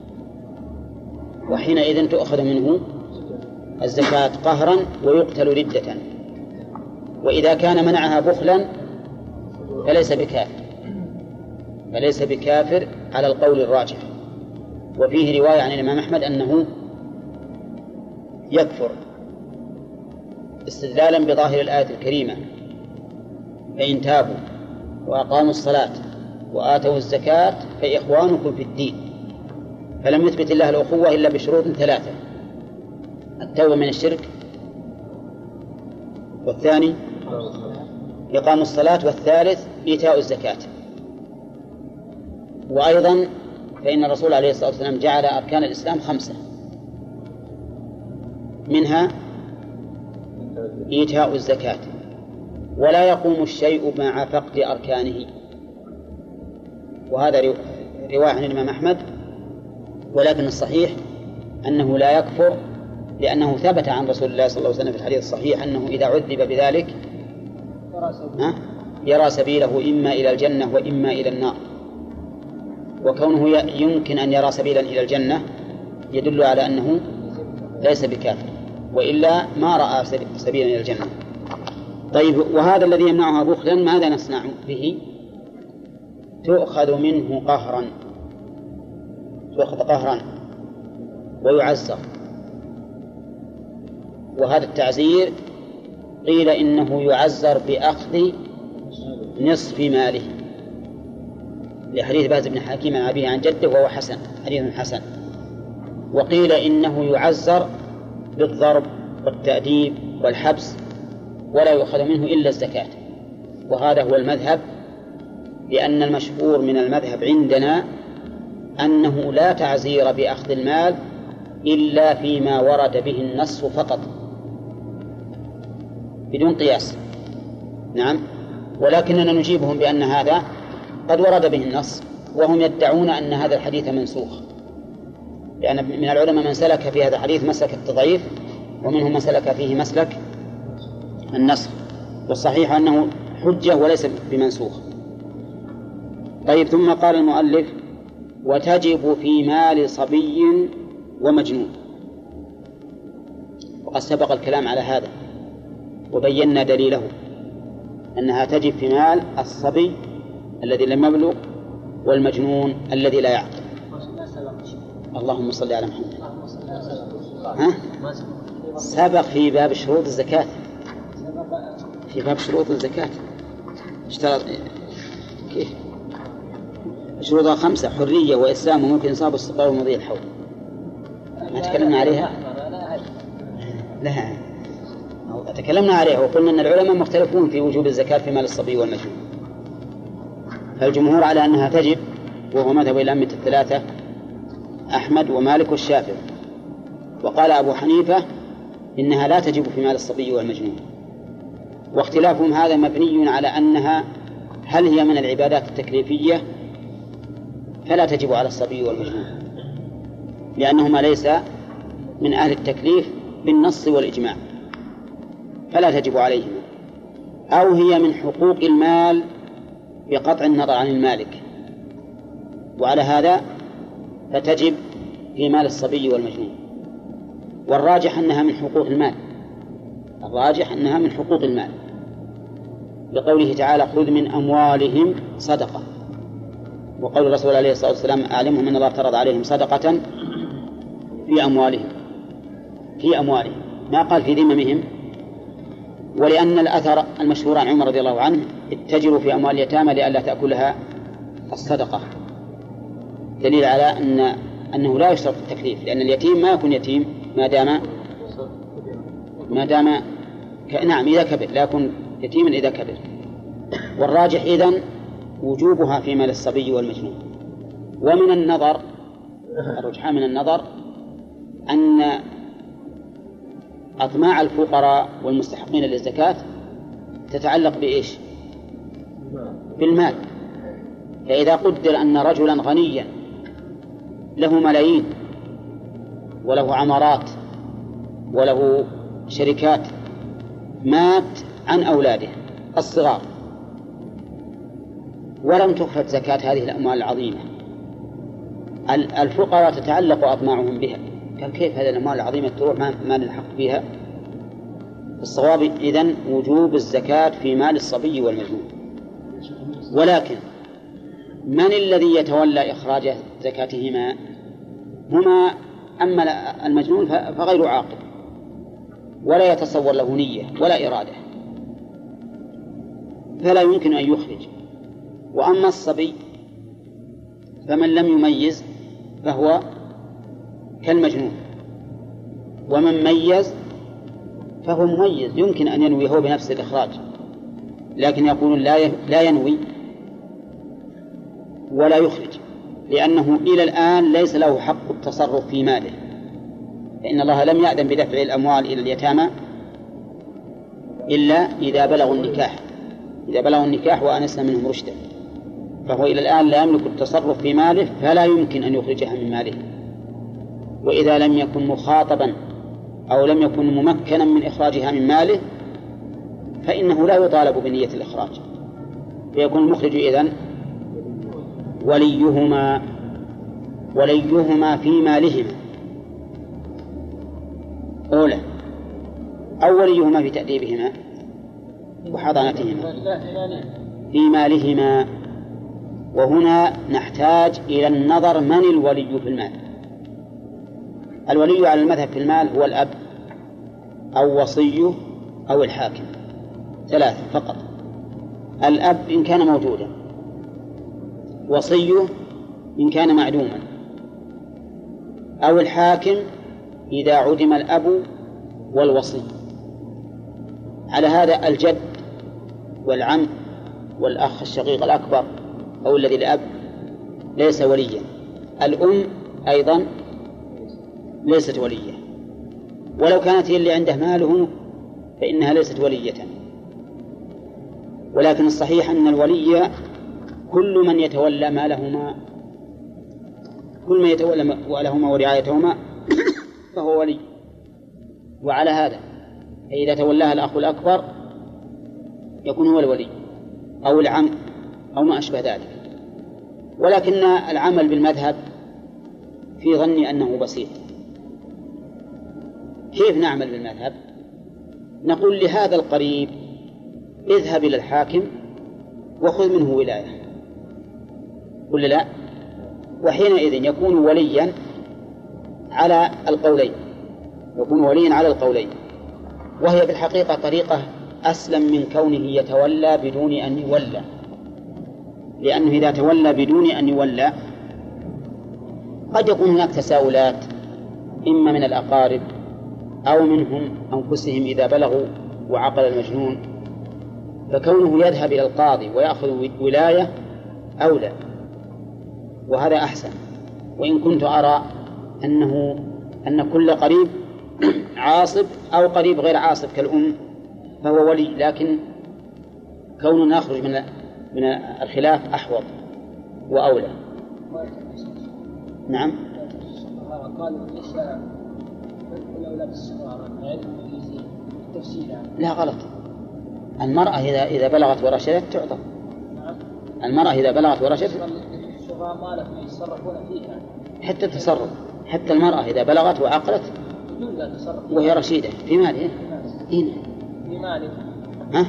وحينئذ تؤخذ منه الزكاة قهرا ويقتل ردة. وإذا كان منعها بخلا فليس بكافر على القول الراجح. وفيه رواية عن الإمام أحمد أنه يكفر استدلالا بظاهر الآية الكريمة: فإن تابوا وأقاموا الصلاة وآتوا الزكاة فإخوانكم في الدين. فلم يثبت الله الأخوة إلا بشروط 3: التوبة من الشرك، والثاني إقام الصلاة، والثالث إيتاء الزكاة. وأيضا فإن الرسول عليه الصلاة والسلام جعل أركان الإسلام 5، منها إيتاء الزكاة، ولا يقوم الشيء مع فقد أركانه. وهذا رواية عن الإمام أحمد، ولكن الصحيح أنه لا يكفر، لأنه ثبت عن رسول الله صلى الله عليه وسلم في الحديث الصحيح أنه إذا عذب بذلك يرى سبيله إما إلى الجنة وإما إلى النار. وكونه يمكن أن يرى سبيلا إلى الجنة يدل على أنه ليس بكافر، وإلا ما رأى سبيلا إلى الجنة. طيب، وهذا الذي يمنعها بخلا ماذا نصنع به؟ تؤخذ منه قهرا، تؤخذ قهرا ويعزر. وهذا التعزير قيل إنه يعزر بأخذ نصف ماله، لحديث باز بن حكيم عن أبيه عن جده وهو حسن، حديث حسن. وقيل إنه يعزر بالضرب والتأديب والحبس ولا يؤخذ منه إلا الزكاة. وهذا هو المذهب، لأن المشهور من المذهب عندنا أنه لا تعزير بأخذ المال إلا فيما ورد به النص فقط بدون قياس. نعم، ولكننا نجيبهم بأن هذا قد ورد به النص، وهم يدعون أن هذا الحديث منسوخ، لأن من العلماء من سلك في هذا الحديث مسلك التضعيف، ومنهم من سلك فيه مسلك النسخ، والصحيح أنه حجة وليس بمنسوخ. طيب، ثم قال المؤلف: وتجب في مال صبي ومجنون. وقد سبق الكلام على هذا وبينا دليله، أنها تجب في مال الصبي الذي لم يبلغ والمجنون الذي لا يعقل. اللهم صل على محمد. ها؟ سبق في باب شروط الزكاة، في باب شروط الزكاة اشترط كيف؟ شروطها 5: حرية وإسلام وممكن إنصاب السقاء ومضي الحول. ما تكلمنا عليها؟ لا تكلمنا عليها وقلنا أن العلماء مختلفون في وجوب الزكاة في مال الصبي والمجنون، فالجمهور على أنها تجب، وهو مذهب الأئمة الثلاثة أحمد ومالك والشافعي. وقال أبو حنيفة إنها لا تجب في مال الصبي والمجنون، واختلافهم هذا مبني على أنها هل هي من العبادات التكليفية فلا تجب على الصبي والمجنون لأنهما ليس من أهل التكليف بالنص والإجماع فلا تجب عليهما، أو هي من حقوق المال بقطع النظر عن المالك، وعلى هذا فتجب في مال الصبي والمجنون. والراجح أنها من حقوق المال، الراجح أنها من حقوق المال لقوله تعالى: خذ من أموالهم صدقة، وقول الرسول عليه الصلاة والسلام: أعلمهم أن الله افترض عليهم صدقة في أموالهم، في أموالهم، ما قال في ذممهم. ولأن الأثر المشهور عن عمر رضي الله عنه: اتجروا في أموال اليتامى لئلا تأكلها الصدقة، دليل على أنه لا يشترط التكليف، لأن اليتيم ما يكون يتيم ما دام نعم إذا كبر، لا يكون يتيما إذا كبر. والراجح إذن وجوبها في مال الصبي والمجنون. ومن النظر، الرجحان من النظر أن أطماع الفقراء والمستحقين للزكاة تتعلق بإيش؟ بالمال. فإذا قدر أن رجلا غنيا له ملايين وله عمارات وله شركات مات عن أولاده الصغار ولم تخرج زكاة هذه الأموال العظيمة، الفقراء تتعلق أطماعهم بها، قال كيف هذه الأموال العظيمة تروح ما نلحق فيها؟ الصواب إذن وجوب الزكاة في مال الصبي والمجنون. ولكن من الذي يتولى إخراج زكاتهما؟ هما، أما المجنون فغير عاقل ولا يتصور له نية ولا إرادة فلا يمكن أن يخرج. وأما الصبي فمن لم يميز فهو كالمجنون، ومن ميز فهو مميز يمكن أن ينوي هو بنفس الإخراج، لكن يقولون لا ينوي ولا يخرج، لأنه إلى الآن ليس له حق التصرف في ماله، فإن الله لم يأذن بدفع الأموال إلى اليتامى إلا إذا بلغوا النكاح، إذا بلغوا النكاح وأنسنا منهم رشدا، فهو إلى الآن لا يملك التصرف في ماله فلا يمكن أن يخرجها من ماله. وإذا لم يكن مخاطبا أو لم يكن ممكنا من إخراجها من ماله فإنه لا يطالب بنية الإخراج، فيكون المخرج إذن وليهما في مالهما أولا، أو وليهما في تأديبهما وحضانتهما في مالهما. وهنا نحتاج إلى النظر من الولي في المال. الولي على المذهب في المال هو الأب أو وصيه أو الحاكم، ثلاثة فقط. الأب إن كان موجودا، وصيه إن كان معدوما، أو الحاكم إذا عدم الأب والوصي. على هذا الجد والعم والأخ الشقيق الأكبر أو الذي الأب ليس وليا، الأم أيضا ليست ولية، ولو كانت هي اللي عنده ماله فإنها ليست ولية. ولكن الصحيح أن الولي كل من يتولى مالهما، كل من يتولى مالهما ورعايتهما فهو ولي. وعلى هذا فإذا تولاها الأخ الأكبر يكون هو الولي أو العم أو ما أشبه ذلك. ولكن العمل بالمذهب في ظني أنه بسيط. كيف نعمل بالمذهب؟ نقول لهذا القريب اذهب إلى الحاكم وخذ منه ولاية، ولا لا؟ وحينئذ يكون وليا على القولين، يكون وليا على القولين، وهي في الحقيقة طريقة أسلم من كونه يتولى بدون أن يولى، لأنه إذا تولى بدون أن يولى قد يكون هناك تساؤلات إما من الأقارب أو منهم أنفسهم إذا بلغوا وعقل المجنون، فكونه يذهب إلى القاضي ويأخذ ولاية أولى، وهذا أحسن. وإن كنت أرى أن كل قريب عاصب أو قريب غير عاصب كالأم فهو ولي، لكن كوننا نخرج من الخلاف أحوط وأولى. نعم. لا غلط، المرأة إذا بلغت ورشدت تعطى. المرأة إذا بلغت ورشدت حتى التصرف، حتى المرأة إذا بلغت وعقلت وهي رشيدة في مالها هنا في مالك ها؟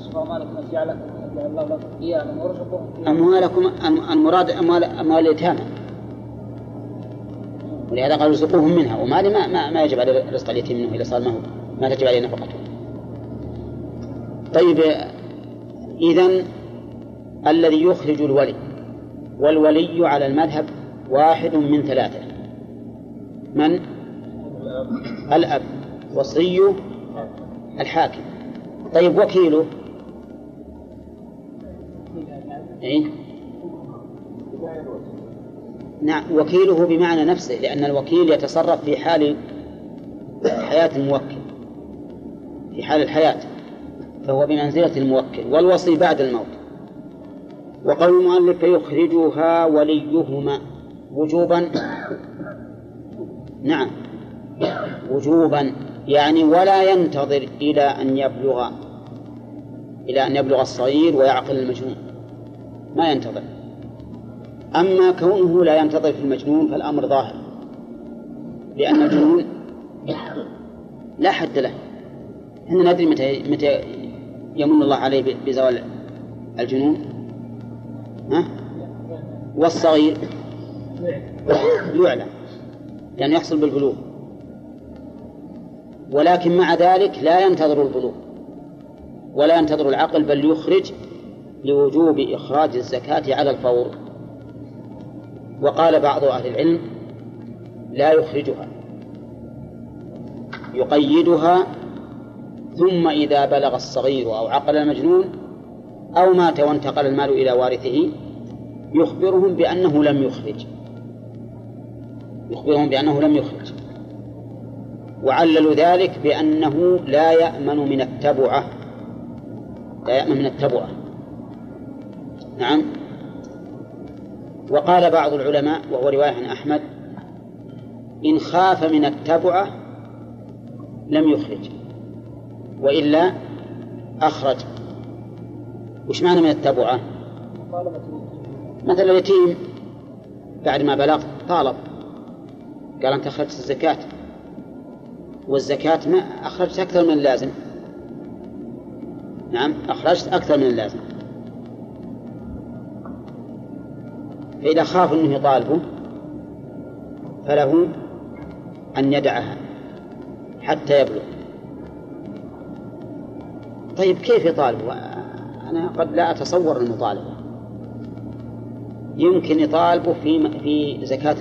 أموالكم المراد أموال اليتامى، ولهذا قالوا رزقوهم منها، ومال ما يجب على رزق اليتيم منه إذا صار ما تجب عليه نفقته. طيب، إذن الذي يخرج الولي، والولي على المذهب واحد من ثلاثة: من؟ الأب، وصي، الحاكم. طيب، وكيله؟ إيه؟ نعم، وكيله بمعنى نفسه، لأن الوكيل يتصرف في حال حياة الموكل، في حال الحياة فهو بمنزلة الموكل، والوصي بعد الموت. وقول المؤلف فيخرجها وليهما وجوبا، نعم وجوبا، يعني ولا ينتظر إلى أن يبلغ الصغير ويعقل المجنون، ما ينتظر. أما كونه لا ينتظر في المجنون فالأمر ظاهر، لأن الجنون لا حد له. إحنا ندري متى يمن الله عليه بزوال الجنون، ها؟ والصغير يعلم يعني يحصل بالبلوغ، ولكن مع ذلك لا ينتظر البلوغ ولا ينتظر العقل، بل يخرج لوجوب إخراج الزكاة على الفور. وقال بعض أهل العلم لا يخرجها، يقيدها، ثم إذا بلغ الصغير أو عقل المجنون أو مات وانتقل المال إلى وارثه يخبرهم بأنه لم يخرج، وعللوا ذلك بأنه لا يأمن من التبعة. نعم. وقال بعض العلماء وهو رواية عن أحمد: إن خاف من التبعة لم يخرج، وإلا أخرج. وش معنى من التبعة؟ مثل اليتيم بعد ما بلغ طالب، قال أنت أخرجت الزكاة، والزكاة ما أخرجت أكثر من اللازم. نعم، أخرجت أكثر من اللازم. فإذا خاف أنه يطالبه فله أن يدعها حتى يبلغ. طيب، كيف يطالبه؟ أنا قد لا أتصور المطالبة. يمكن يطالبه في زكاة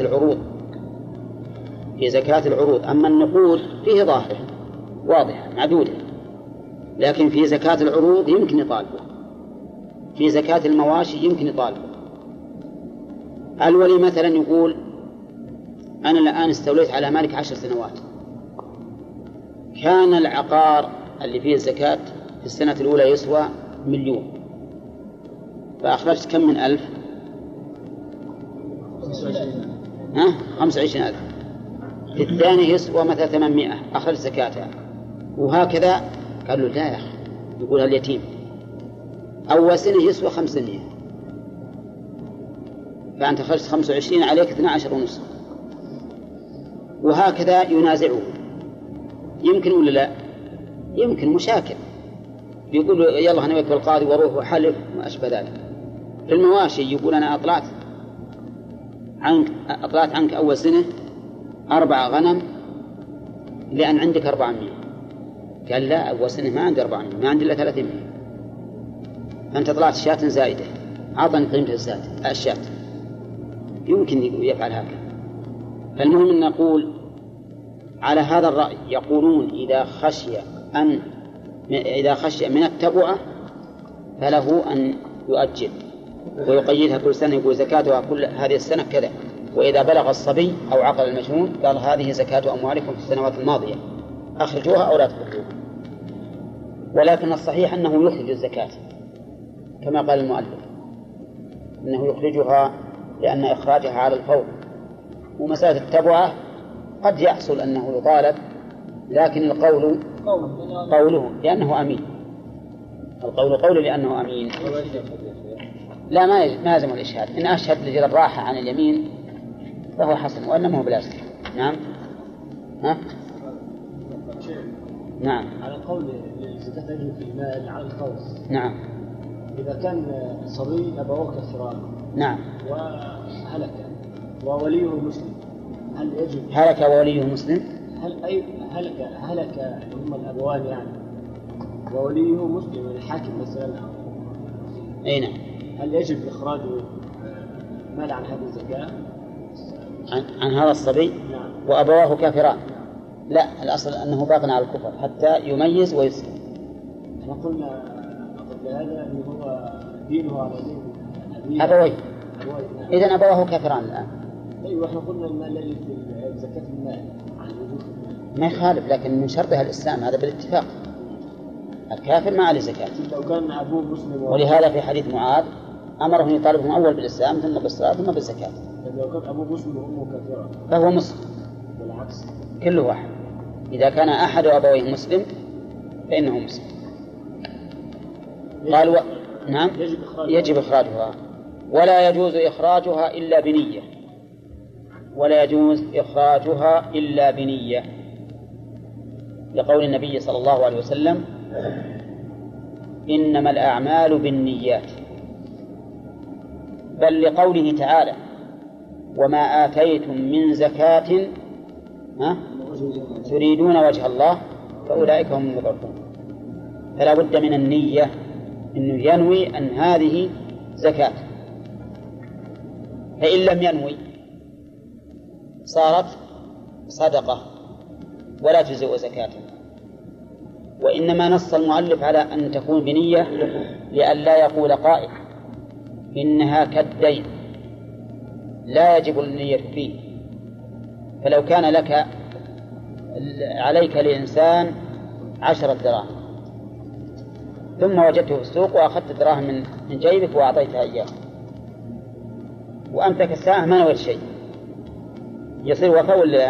العروض، أما النقود فيه ظاهرة واضحة معدودة، لكن في زكاة العروض يمكن يطالبه، في زكاة المواشي يمكن يطالبه. الولي مثلا يقول: أنا الآن استوليت على مالك 10 سنوات، كان العقار اللي فيه الزكاة في السنة الأولى يسوى 1,000,000، فأخرجت كم من 1000؟ 25,000. في الثاني يسوى مثلا 800، أخرج زكاتها، وهكذا. قال له: لا يا أخي، يقول اليتيم أول سنة يسوى 500، فأنت أخرجت 25 عليك 12.5، وهكذا ينازعه. يمكن ولا لا؟ يمكن، مشاكل. يقول: يلا أنا وياك بالقاضي وأروح وحلف ما أشبه ذلك. في المواشي يقول: أنا أطلعت أطلعت عنك أول سنة 4 غنم لأن عندك 400. قال لا، أول سنة ما عندي 400، ما عندي إلا 300. فأنت طلعت شاة زائدة، أعطني قيمة الشاة. يمكن يفعل هكذا. فالمهم أن نقول على هذا الرأي يقولون إذا خشي من التبعة فله أن يؤجل ويقيدها كل سنة، يقول زكاتها كل هذه السنة كذا. وإذا بلغ الصبي أو عقل المجنون قال هذه زكاة أموالكم في السنوات الماضية، أخرجوها أو لا تخرجوها. ولكن الصحيح أنه يخرج الزكاة كما قال المؤلف، أنه يخرجها لأن إخراجها على الفور. ومسألة التبعة قد يحصل أنه يطالب، لكن القول قوله لأنه أمين. القول قوله لأنه أمين. لا، ما يلزم الإشهاد. إن أشهد لجل الراحة عن اليمين فهو حسن، وإنما هو بلازم. نعم. ها؟ نعم. على قول الزكاة تجب في المال على الفور. نعم. إذا كان صبي أبوه كافران. نعم. وهلك ووليه مسلم، هل يجب؟ هلك ووليه مسلم؟ هلك هم الأبوان يعني، ووليه مسلم الحاكم مثلا. أي نعم. هل يجب إخراج مال عن هذه الزكاة؟ عن هذا الصبي؟ نعم. وأبواه كافران؟ لا، الأصل أنه باق على الكفر حتى يميز ويسلم. احنا قلنا قبل هذا أنه هو دينه على دين أبويه. نعم. إذن أبواه كافران الآن. أيوة، احنا قلنا المال الذي في زكاة المال عن وجود المال ما يخالف، لكن من شرطها الإسلام، هذا بالاتفاق. الكافر ما عليه زكاة. لو كان أبوه مسلم ولهذا في حديث معاذ أمرهم يطالبهم أول بالإسلام ثم بالصلاة ثم بالزكاة. لو كان أبوه مسلم وأمه كافرة فهو مسلم. بالعكس، كل واحد إذا كان أحد أبويه مسلم فإنه مسلم. قال نعم، يجب إخراجها، ولا يجوز إخراجها إلا بنية. ولا يجوز إخراجها إلا بنية، لقول النبي صلى الله عليه وسلم إنما الأعمال بالنيات، بل لقوله تعالى وما آتيتم من زكاة تريدون وجه الله فأولئك هم المضعفون. فلا بد من النية، إنه ينوي أن هذه زكاة. فإن لم ينوي صارت صدقة ولا تجزئ زكاة. وإنما نص المؤلف على أن تكون بنية لئلا يقول قائل إنها كالدين لا يجب النية فيه. فلو كان لك عليك لإنسان 10 دراهم ثم وجدته في السوق وأخذت دراهم من جيبك وأعطيتها إياه وأمتك الساعة ما نويت شيء، يصير وفاء ولا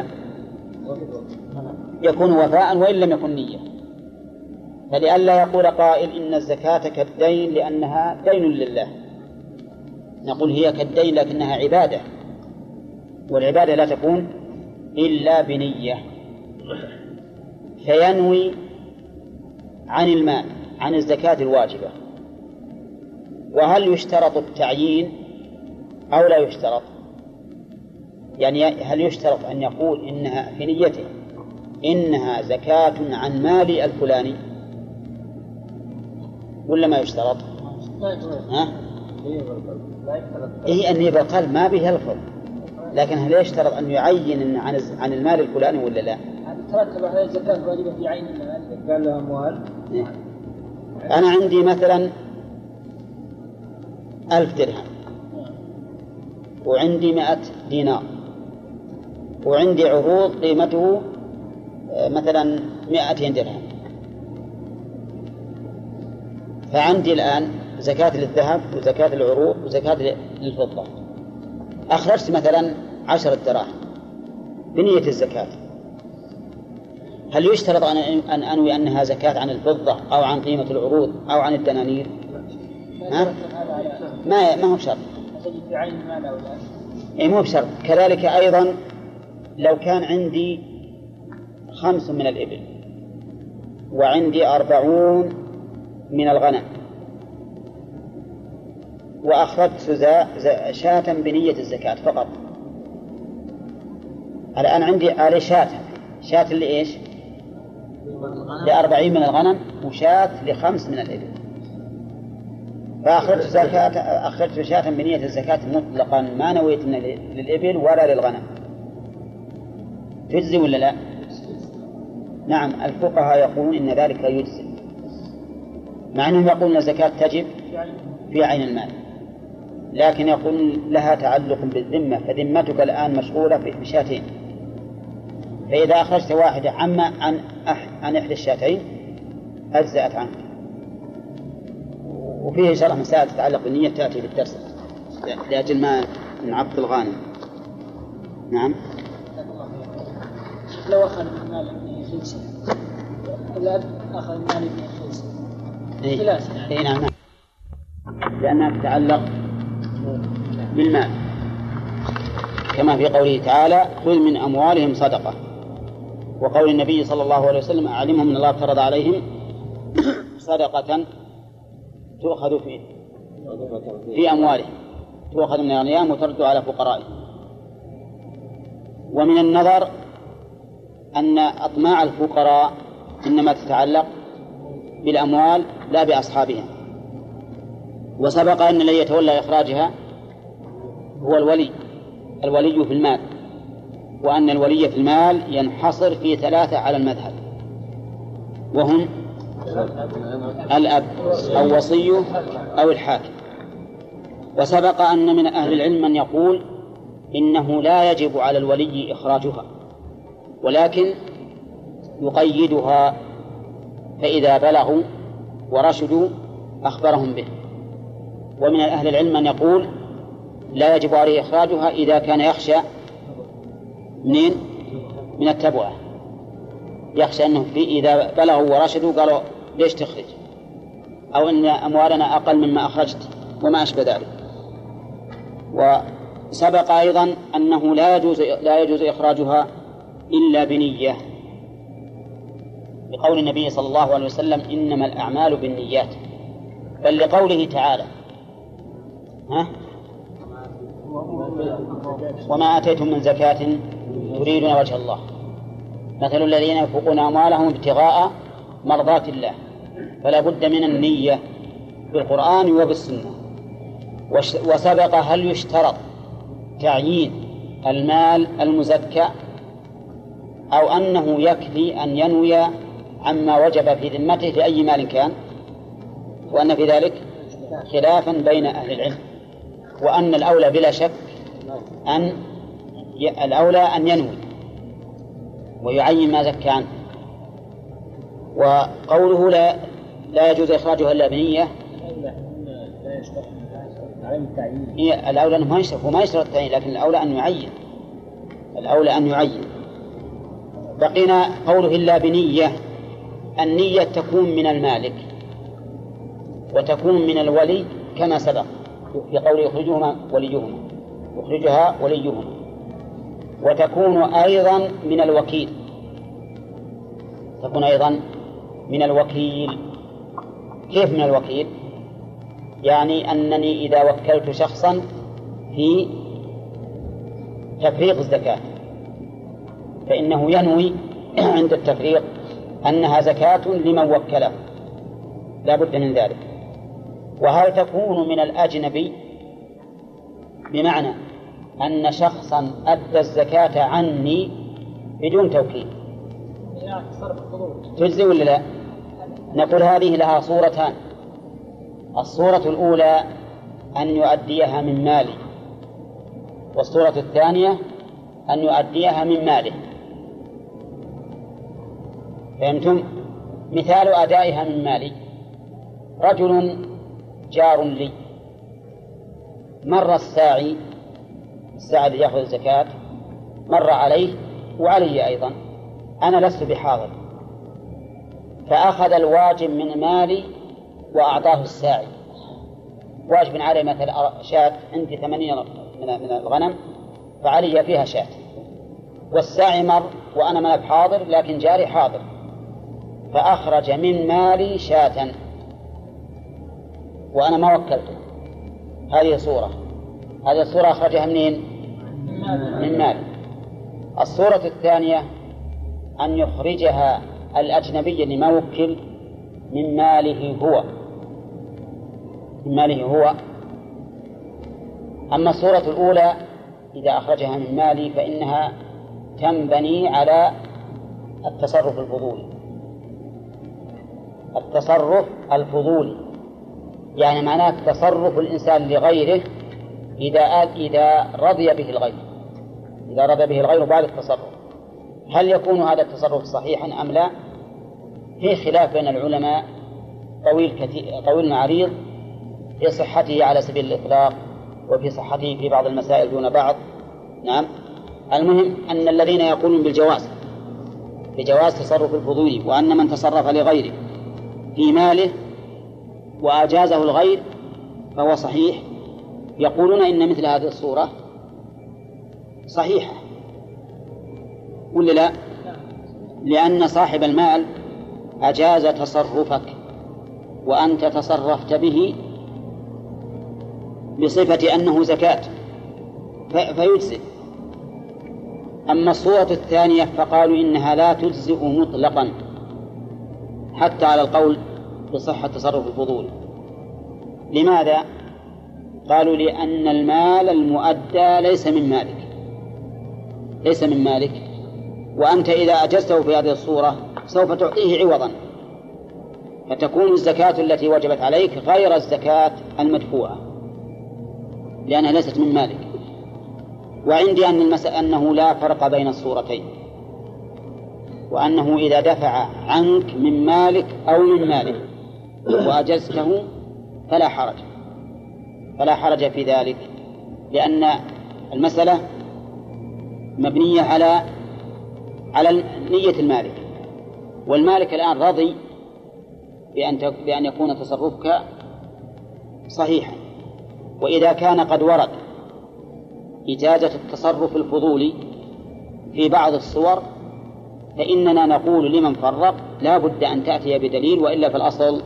يكون وفاء وإن لم يكن نية؟ فلئلا يقول قائل إن الزكاة كالدين لأنها دين لله، نقول هي كالدين لكنها عبادة، والعبادة لا تكون إلا بنية. فينوي عن المال عن الزكاة الواجبة. وهل يشترط التعيين أو لا يشترط؟ يعني هل يشترط أن يقول إنها في نيته إنها زكاة عن مال الفلاني ولا ما يشترط؟ هي النية بالقلب ما بها الفرق، لكن هل يشترط أن يعين إن عن المال الفلاني ولا لا؟ ترتب على الزكاة واجبة في عين المال. قال له أموال. أنا عندي مثلا 1000 درهم وعندي 100 دينار وعندي عروض قيمته مثلا 200 درهم، فعندي الآن زكاة للذهب وزكاة للعروض وزكاة للفضة. أخرجت مثلا 10 دراهم بنية الزكاة، هل يشترط أن أنوي أنها زكاة عن الفضة أو عن قيمة العروض أو عن الدنانير؟ ما هو بشرط. مو بشرط. كذلك أيضا لو كان عندي 5 من الإبل وعندي 40 من الغنم وأخرجت شاة بنية الزكاة فقط الآن عندي عليه شاة اللي إيش؟ ل40 من الغنم وشاة ل5 من الإبل، فأخرجت شاة بنية الزكاة مطلقا ما نويت للإبل ولا للغنم، تجزي ولا لا؟ نعم، الفقهاء يقولون إن ذلك يجزي، مع أنهم يقولون الزكاة تجب في عين المال، لكن يقول لها تعلق بالذمة، فذمتك الآن مشغولة بشاتين، فإذا أخرجت واحدة عن إحدى الشاتين أجزأت عنك. وفيه شرح مسائل تتعلق بالنية تأتي بالدرس لأجل ما نعطل الغانم. نعم. لو أخذ من مال ابنه خلسة، الأب أخذ من مال ابنه خلسة، ثلاثة يعني. نعم، لأنها تتعلق بالمال، كما في قوله تعالى: خذ من أموالهم صدقة، وقول النبي صلى الله عليه وسلم: أعلمهم أن الله افترض عليهم صدقة تؤخذ في أموالهم، تؤخذ من الأغنياء وترد على فقرائهم. ومن النظر أن أطماع الفقراء إنما تتعلق بالأموال لا بأصحابها، وسبق أن الذي يتولى إخراجها هو الولي في المال، وأن الولي في المال ينحصر في 3 على المذهب، وهم الأب أو وصيه أو الحاكم. وسبق أن من أهل العلم من يقول إنه لا يجب على الولي إخراجها، ولكن يقيدها، فإذا بلغوا ورشدوا أخبرهم به. ومن أهل العلم من يقول لا يجب عليه إخراجها إذا كان يخشى من التبعة، يخشى أنه إذا بلغوا ورشدوا قالوا ليش تخرج، أو أن أموالنا أقل مما أخرجت وما أشبه ذلك. وسبق أيضا أنه لا يجوز إخراجها إلا بنية، بقول النبي صلى الله عليه وسلم: إنما الأعمال بالنيات، بل لقوله تعالى: وما آتيتم من زكاة تريدون وجه الله مثل الذين ينفقون أموالهم ابتغاء مرضات الله، فلا بد من النية بالقرآن وبالسنة. وسبق هل يشترط تعيين المال المزكى أو أنه يكفي أن ينوي عما وجب في ذمته لأي مال كان، وأن في ذلك خلافا بين أهل العلم، وأن الأولى بلا شك أن ينوي ويعين ما زكى عنه. وقوله لا يجوز إخراجها إلا بنية، الأولى أنه ما يشترط التعيين، لكن الأولى أن يعين. بقينا قوله إلا بنية، النية تكون من المالك وتكون من الولي كما سبق في قول يخرجها وليهما، وتكون أيضا من الوكيل. كيف من الوكيل؟ يعني أنني إذا وكلت شخصا في تفريغ الزكاة فإنه ينوي عند التفريغ أنها زكاة لمن وكله، لا بد من ذلك. وهل تكون من الأجنبي؟ بمعنى أن شخصا أدى الزكاة عني بدون توكيل، تجزي ولا لا؟ نقول هذه لها صورتان: الصورة الأولى أن يؤديها من مالي، والصورة الثانية أن يؤديها من ماله. فهمتم؟ مثال أدائها من مالي: رجل جار لي، مر الساعي الذي يأخذ الزكاة مر عليه وعلي أيضا، أنا لست بحاضر، فأخذ الواجب من مالي وأعطاه الساعي. واجب علي مثل شاة، عندي 80 من الغنم فعلي فيها شاة، والساعي مر وأنا ما بحاضر لكن جاري حاضر، فأخرج من مالي شاة وأنا ما وكلته. هذه الصورة أخرجها منين؟ من مالي. الصورة الثانية أن يخرجها الأجنبي لما وكل من ماله هو. أما الصورة الأولى إذا أخرجها من مالي فإنها تنبني على التصرف الفضولي، يعني معناه تصرف الإنسان لغيره إذا رضي به الغير بعد التصرف. هل يكون هذا التصرف صحيحا أم لا؟ في خلاف بين العلماء طويل عريض في صحته على سبيل الإطلاق وفي صحته في بعض المسائل دون بعض. نعم. المهم أن الذين يقولون بجواز تصرف الفضولي، وأن من تصرف لغيره في ماله وأجازه الغير فهو صحيح، يقولون إن مثل هذه الصورة صحيحة ولا لا؟ لأن صاحب المال أجاز تصرفك وأنت تصرفت به بصفة أنه زكاة فيجزئ. أما الصورة الثانية فقالوا إنها لا تجزئ مطلقا حتى على القول بصحة تصرف الفضول. لماذا؟ قالوا لأن المال المؤدى ليس من مالك، وأنت إذا أجزته في هذه الصورة سوف تعطيه عوضا، فتكون الزكاة التي وجبت عليك غير الزكاة المدفوعة لأنها ليست من مالك. وعندي أنه لا فرق بين الصورتين، وأنه إذا دفع عنك من مالك أو من ماله وأجزته فلا حرج في ذلك، لأن المسألة مبنية على نية المالك، والمالك الآن رضي بأن يكون تصرفك صحيحا. وإذا كان قد ورد إجازة التصرف الفضولي في بعض الصور فإننا نقول لمن فرق لا بد أن تأتي بدليل، وإلا في الأصل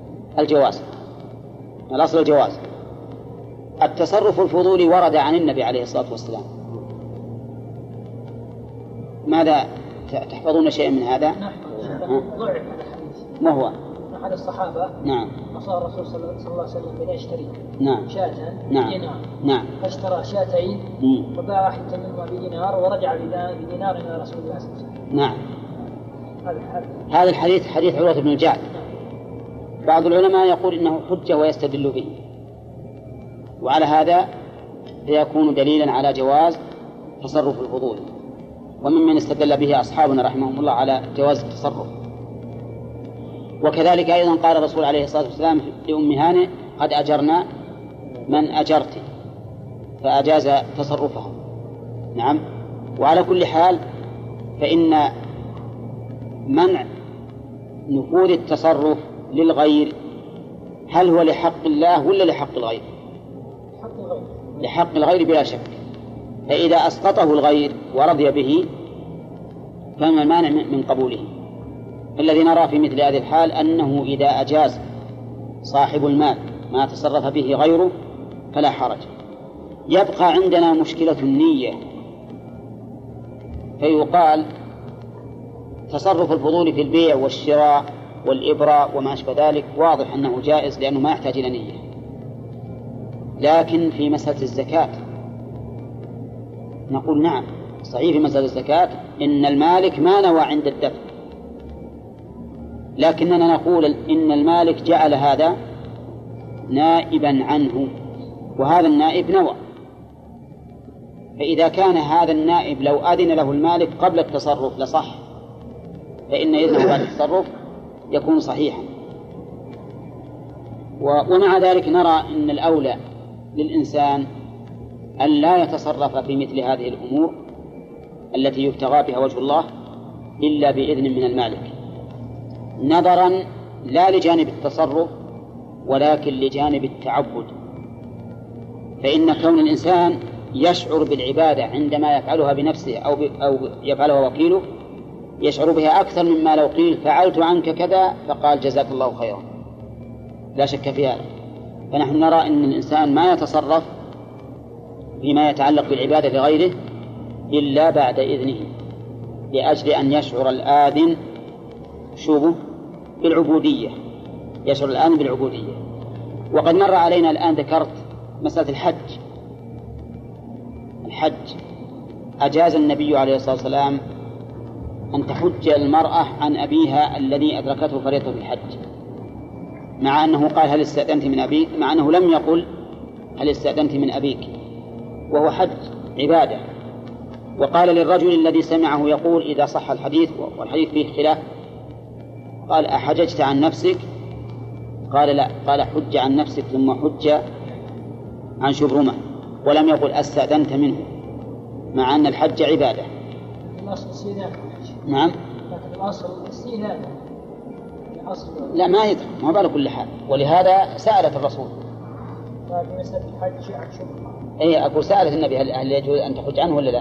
الجواز. التصرف الفضولي ورد عن النبي عليه الصلاة والسلام. ماذا تحفظون شيئا من هذا؟ ضعف ما هو؟ أحد الصحابة نعم وصار الرسول صلى الله عليه وسلم بين يشتري شاة بدينار، فاشترى شاتين وباع واحدة منهما بدينار ورجع بدينار إلى رسول الله صلى الله عليه وسلم. نعم. هذا الحديث حديث عروة بن الجعد. بعض العلماء يقول إنه حجة ويستدل به، وعلى هذا يكون دليلا على جواز تصرف الفضول، وممن استدل به أصحابنا رحمهم الله على جواز التصرف. وكذلك أيضا قال الرسول عليه الصلاة والسلام لأم هانئ قد أجرنا من أجرت، فأجاز تصرفها. نعم. وعلى كل حال فإن منع نفوذ التصرف للغير هل هو لحق الله ولا لحق الغير؟ لحق الغير بلا شك. فإذا أسقطه الغير ورضي به فما المانع من قبوله؟ الذي نرى في مثل هذه الحال أنه إذا أجاز صاحب المال ما تصرف به غيره فلا حرج. يبقى عندنا مشكلة النية، فيقال تصرف الفضول في البيع والشراء والإبراء وما أشبه ذلك واضح أنه جائز لأنه ما يحتاج إلى نية، لكن في مسألة الزكاة نقول نعم صحيح في مسألة الزكاة إن المالك ما نوى عند الدفع، لكننا نقول إن المالك جعل هذا نائبا عنه وهذا النائب نوى. فإذا كان هذا النائب لو أذن له المالك قبل التصرف لصح، فإن إذنه بعد التصرف يكون صحيحا. ومع ذلك نرى أن الأولى للإنسان أن لا يتصرف في مثل هذه الأمور التي يبتغى بها وجه الله إلا بإذن من المالك، نظرا لا لجانب التصرف ولكن لجانب التعبد. فإن كون الإنسان يشعر بالعبادة عندما يفعلها بنفسه أو يفعلها وكيله يشعر بها أكثر مما لو قيل فعلت عنك كذا فقال جزاك الله خيرا، لا شك في هذا. فنحن نرى أن الإنسان ما يتصرف فيما يتعلق بالعبادة لغيره إلا بعد إذنه، لأجل أن يشعر الآذن بالعبودية، يشعر الآذن بالعبودية. وقد مر علينا الآن ذكرت مسألة الحج. أجاز النبي عليه الصلاة والسلام أن تحج المرأة عن أبيها الذي أدركته فريضة الحج، مع أنه قال هل استأذنت من أبيك، مع أنه لم يقل هل استأذنت من أبيك، وهو حج عبادة. وقال للرجل الذي سمعه يقول إذا صح الحديث، والحديث فيه خلاف، قال أحججت عن نفسك؟ قال لا، قال حج عن نفسك ثم حج عن شبرمة، ولم يقل استأذنت منه، مع أن الحج عبادة. نعم. لا ما يدري، ما بال كل حال، ولهذا سألت الرسول. أي أقول سألت النبي هل يجوز أن تحج عنه ولا لا.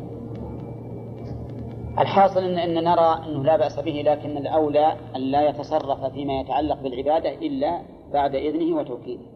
الحاصل إن نرى أنه لا بأس به، لكن الأولى أن لا يتصرف فيما يتعلق بالعبادة إلا بعد إذنه وتوكيده.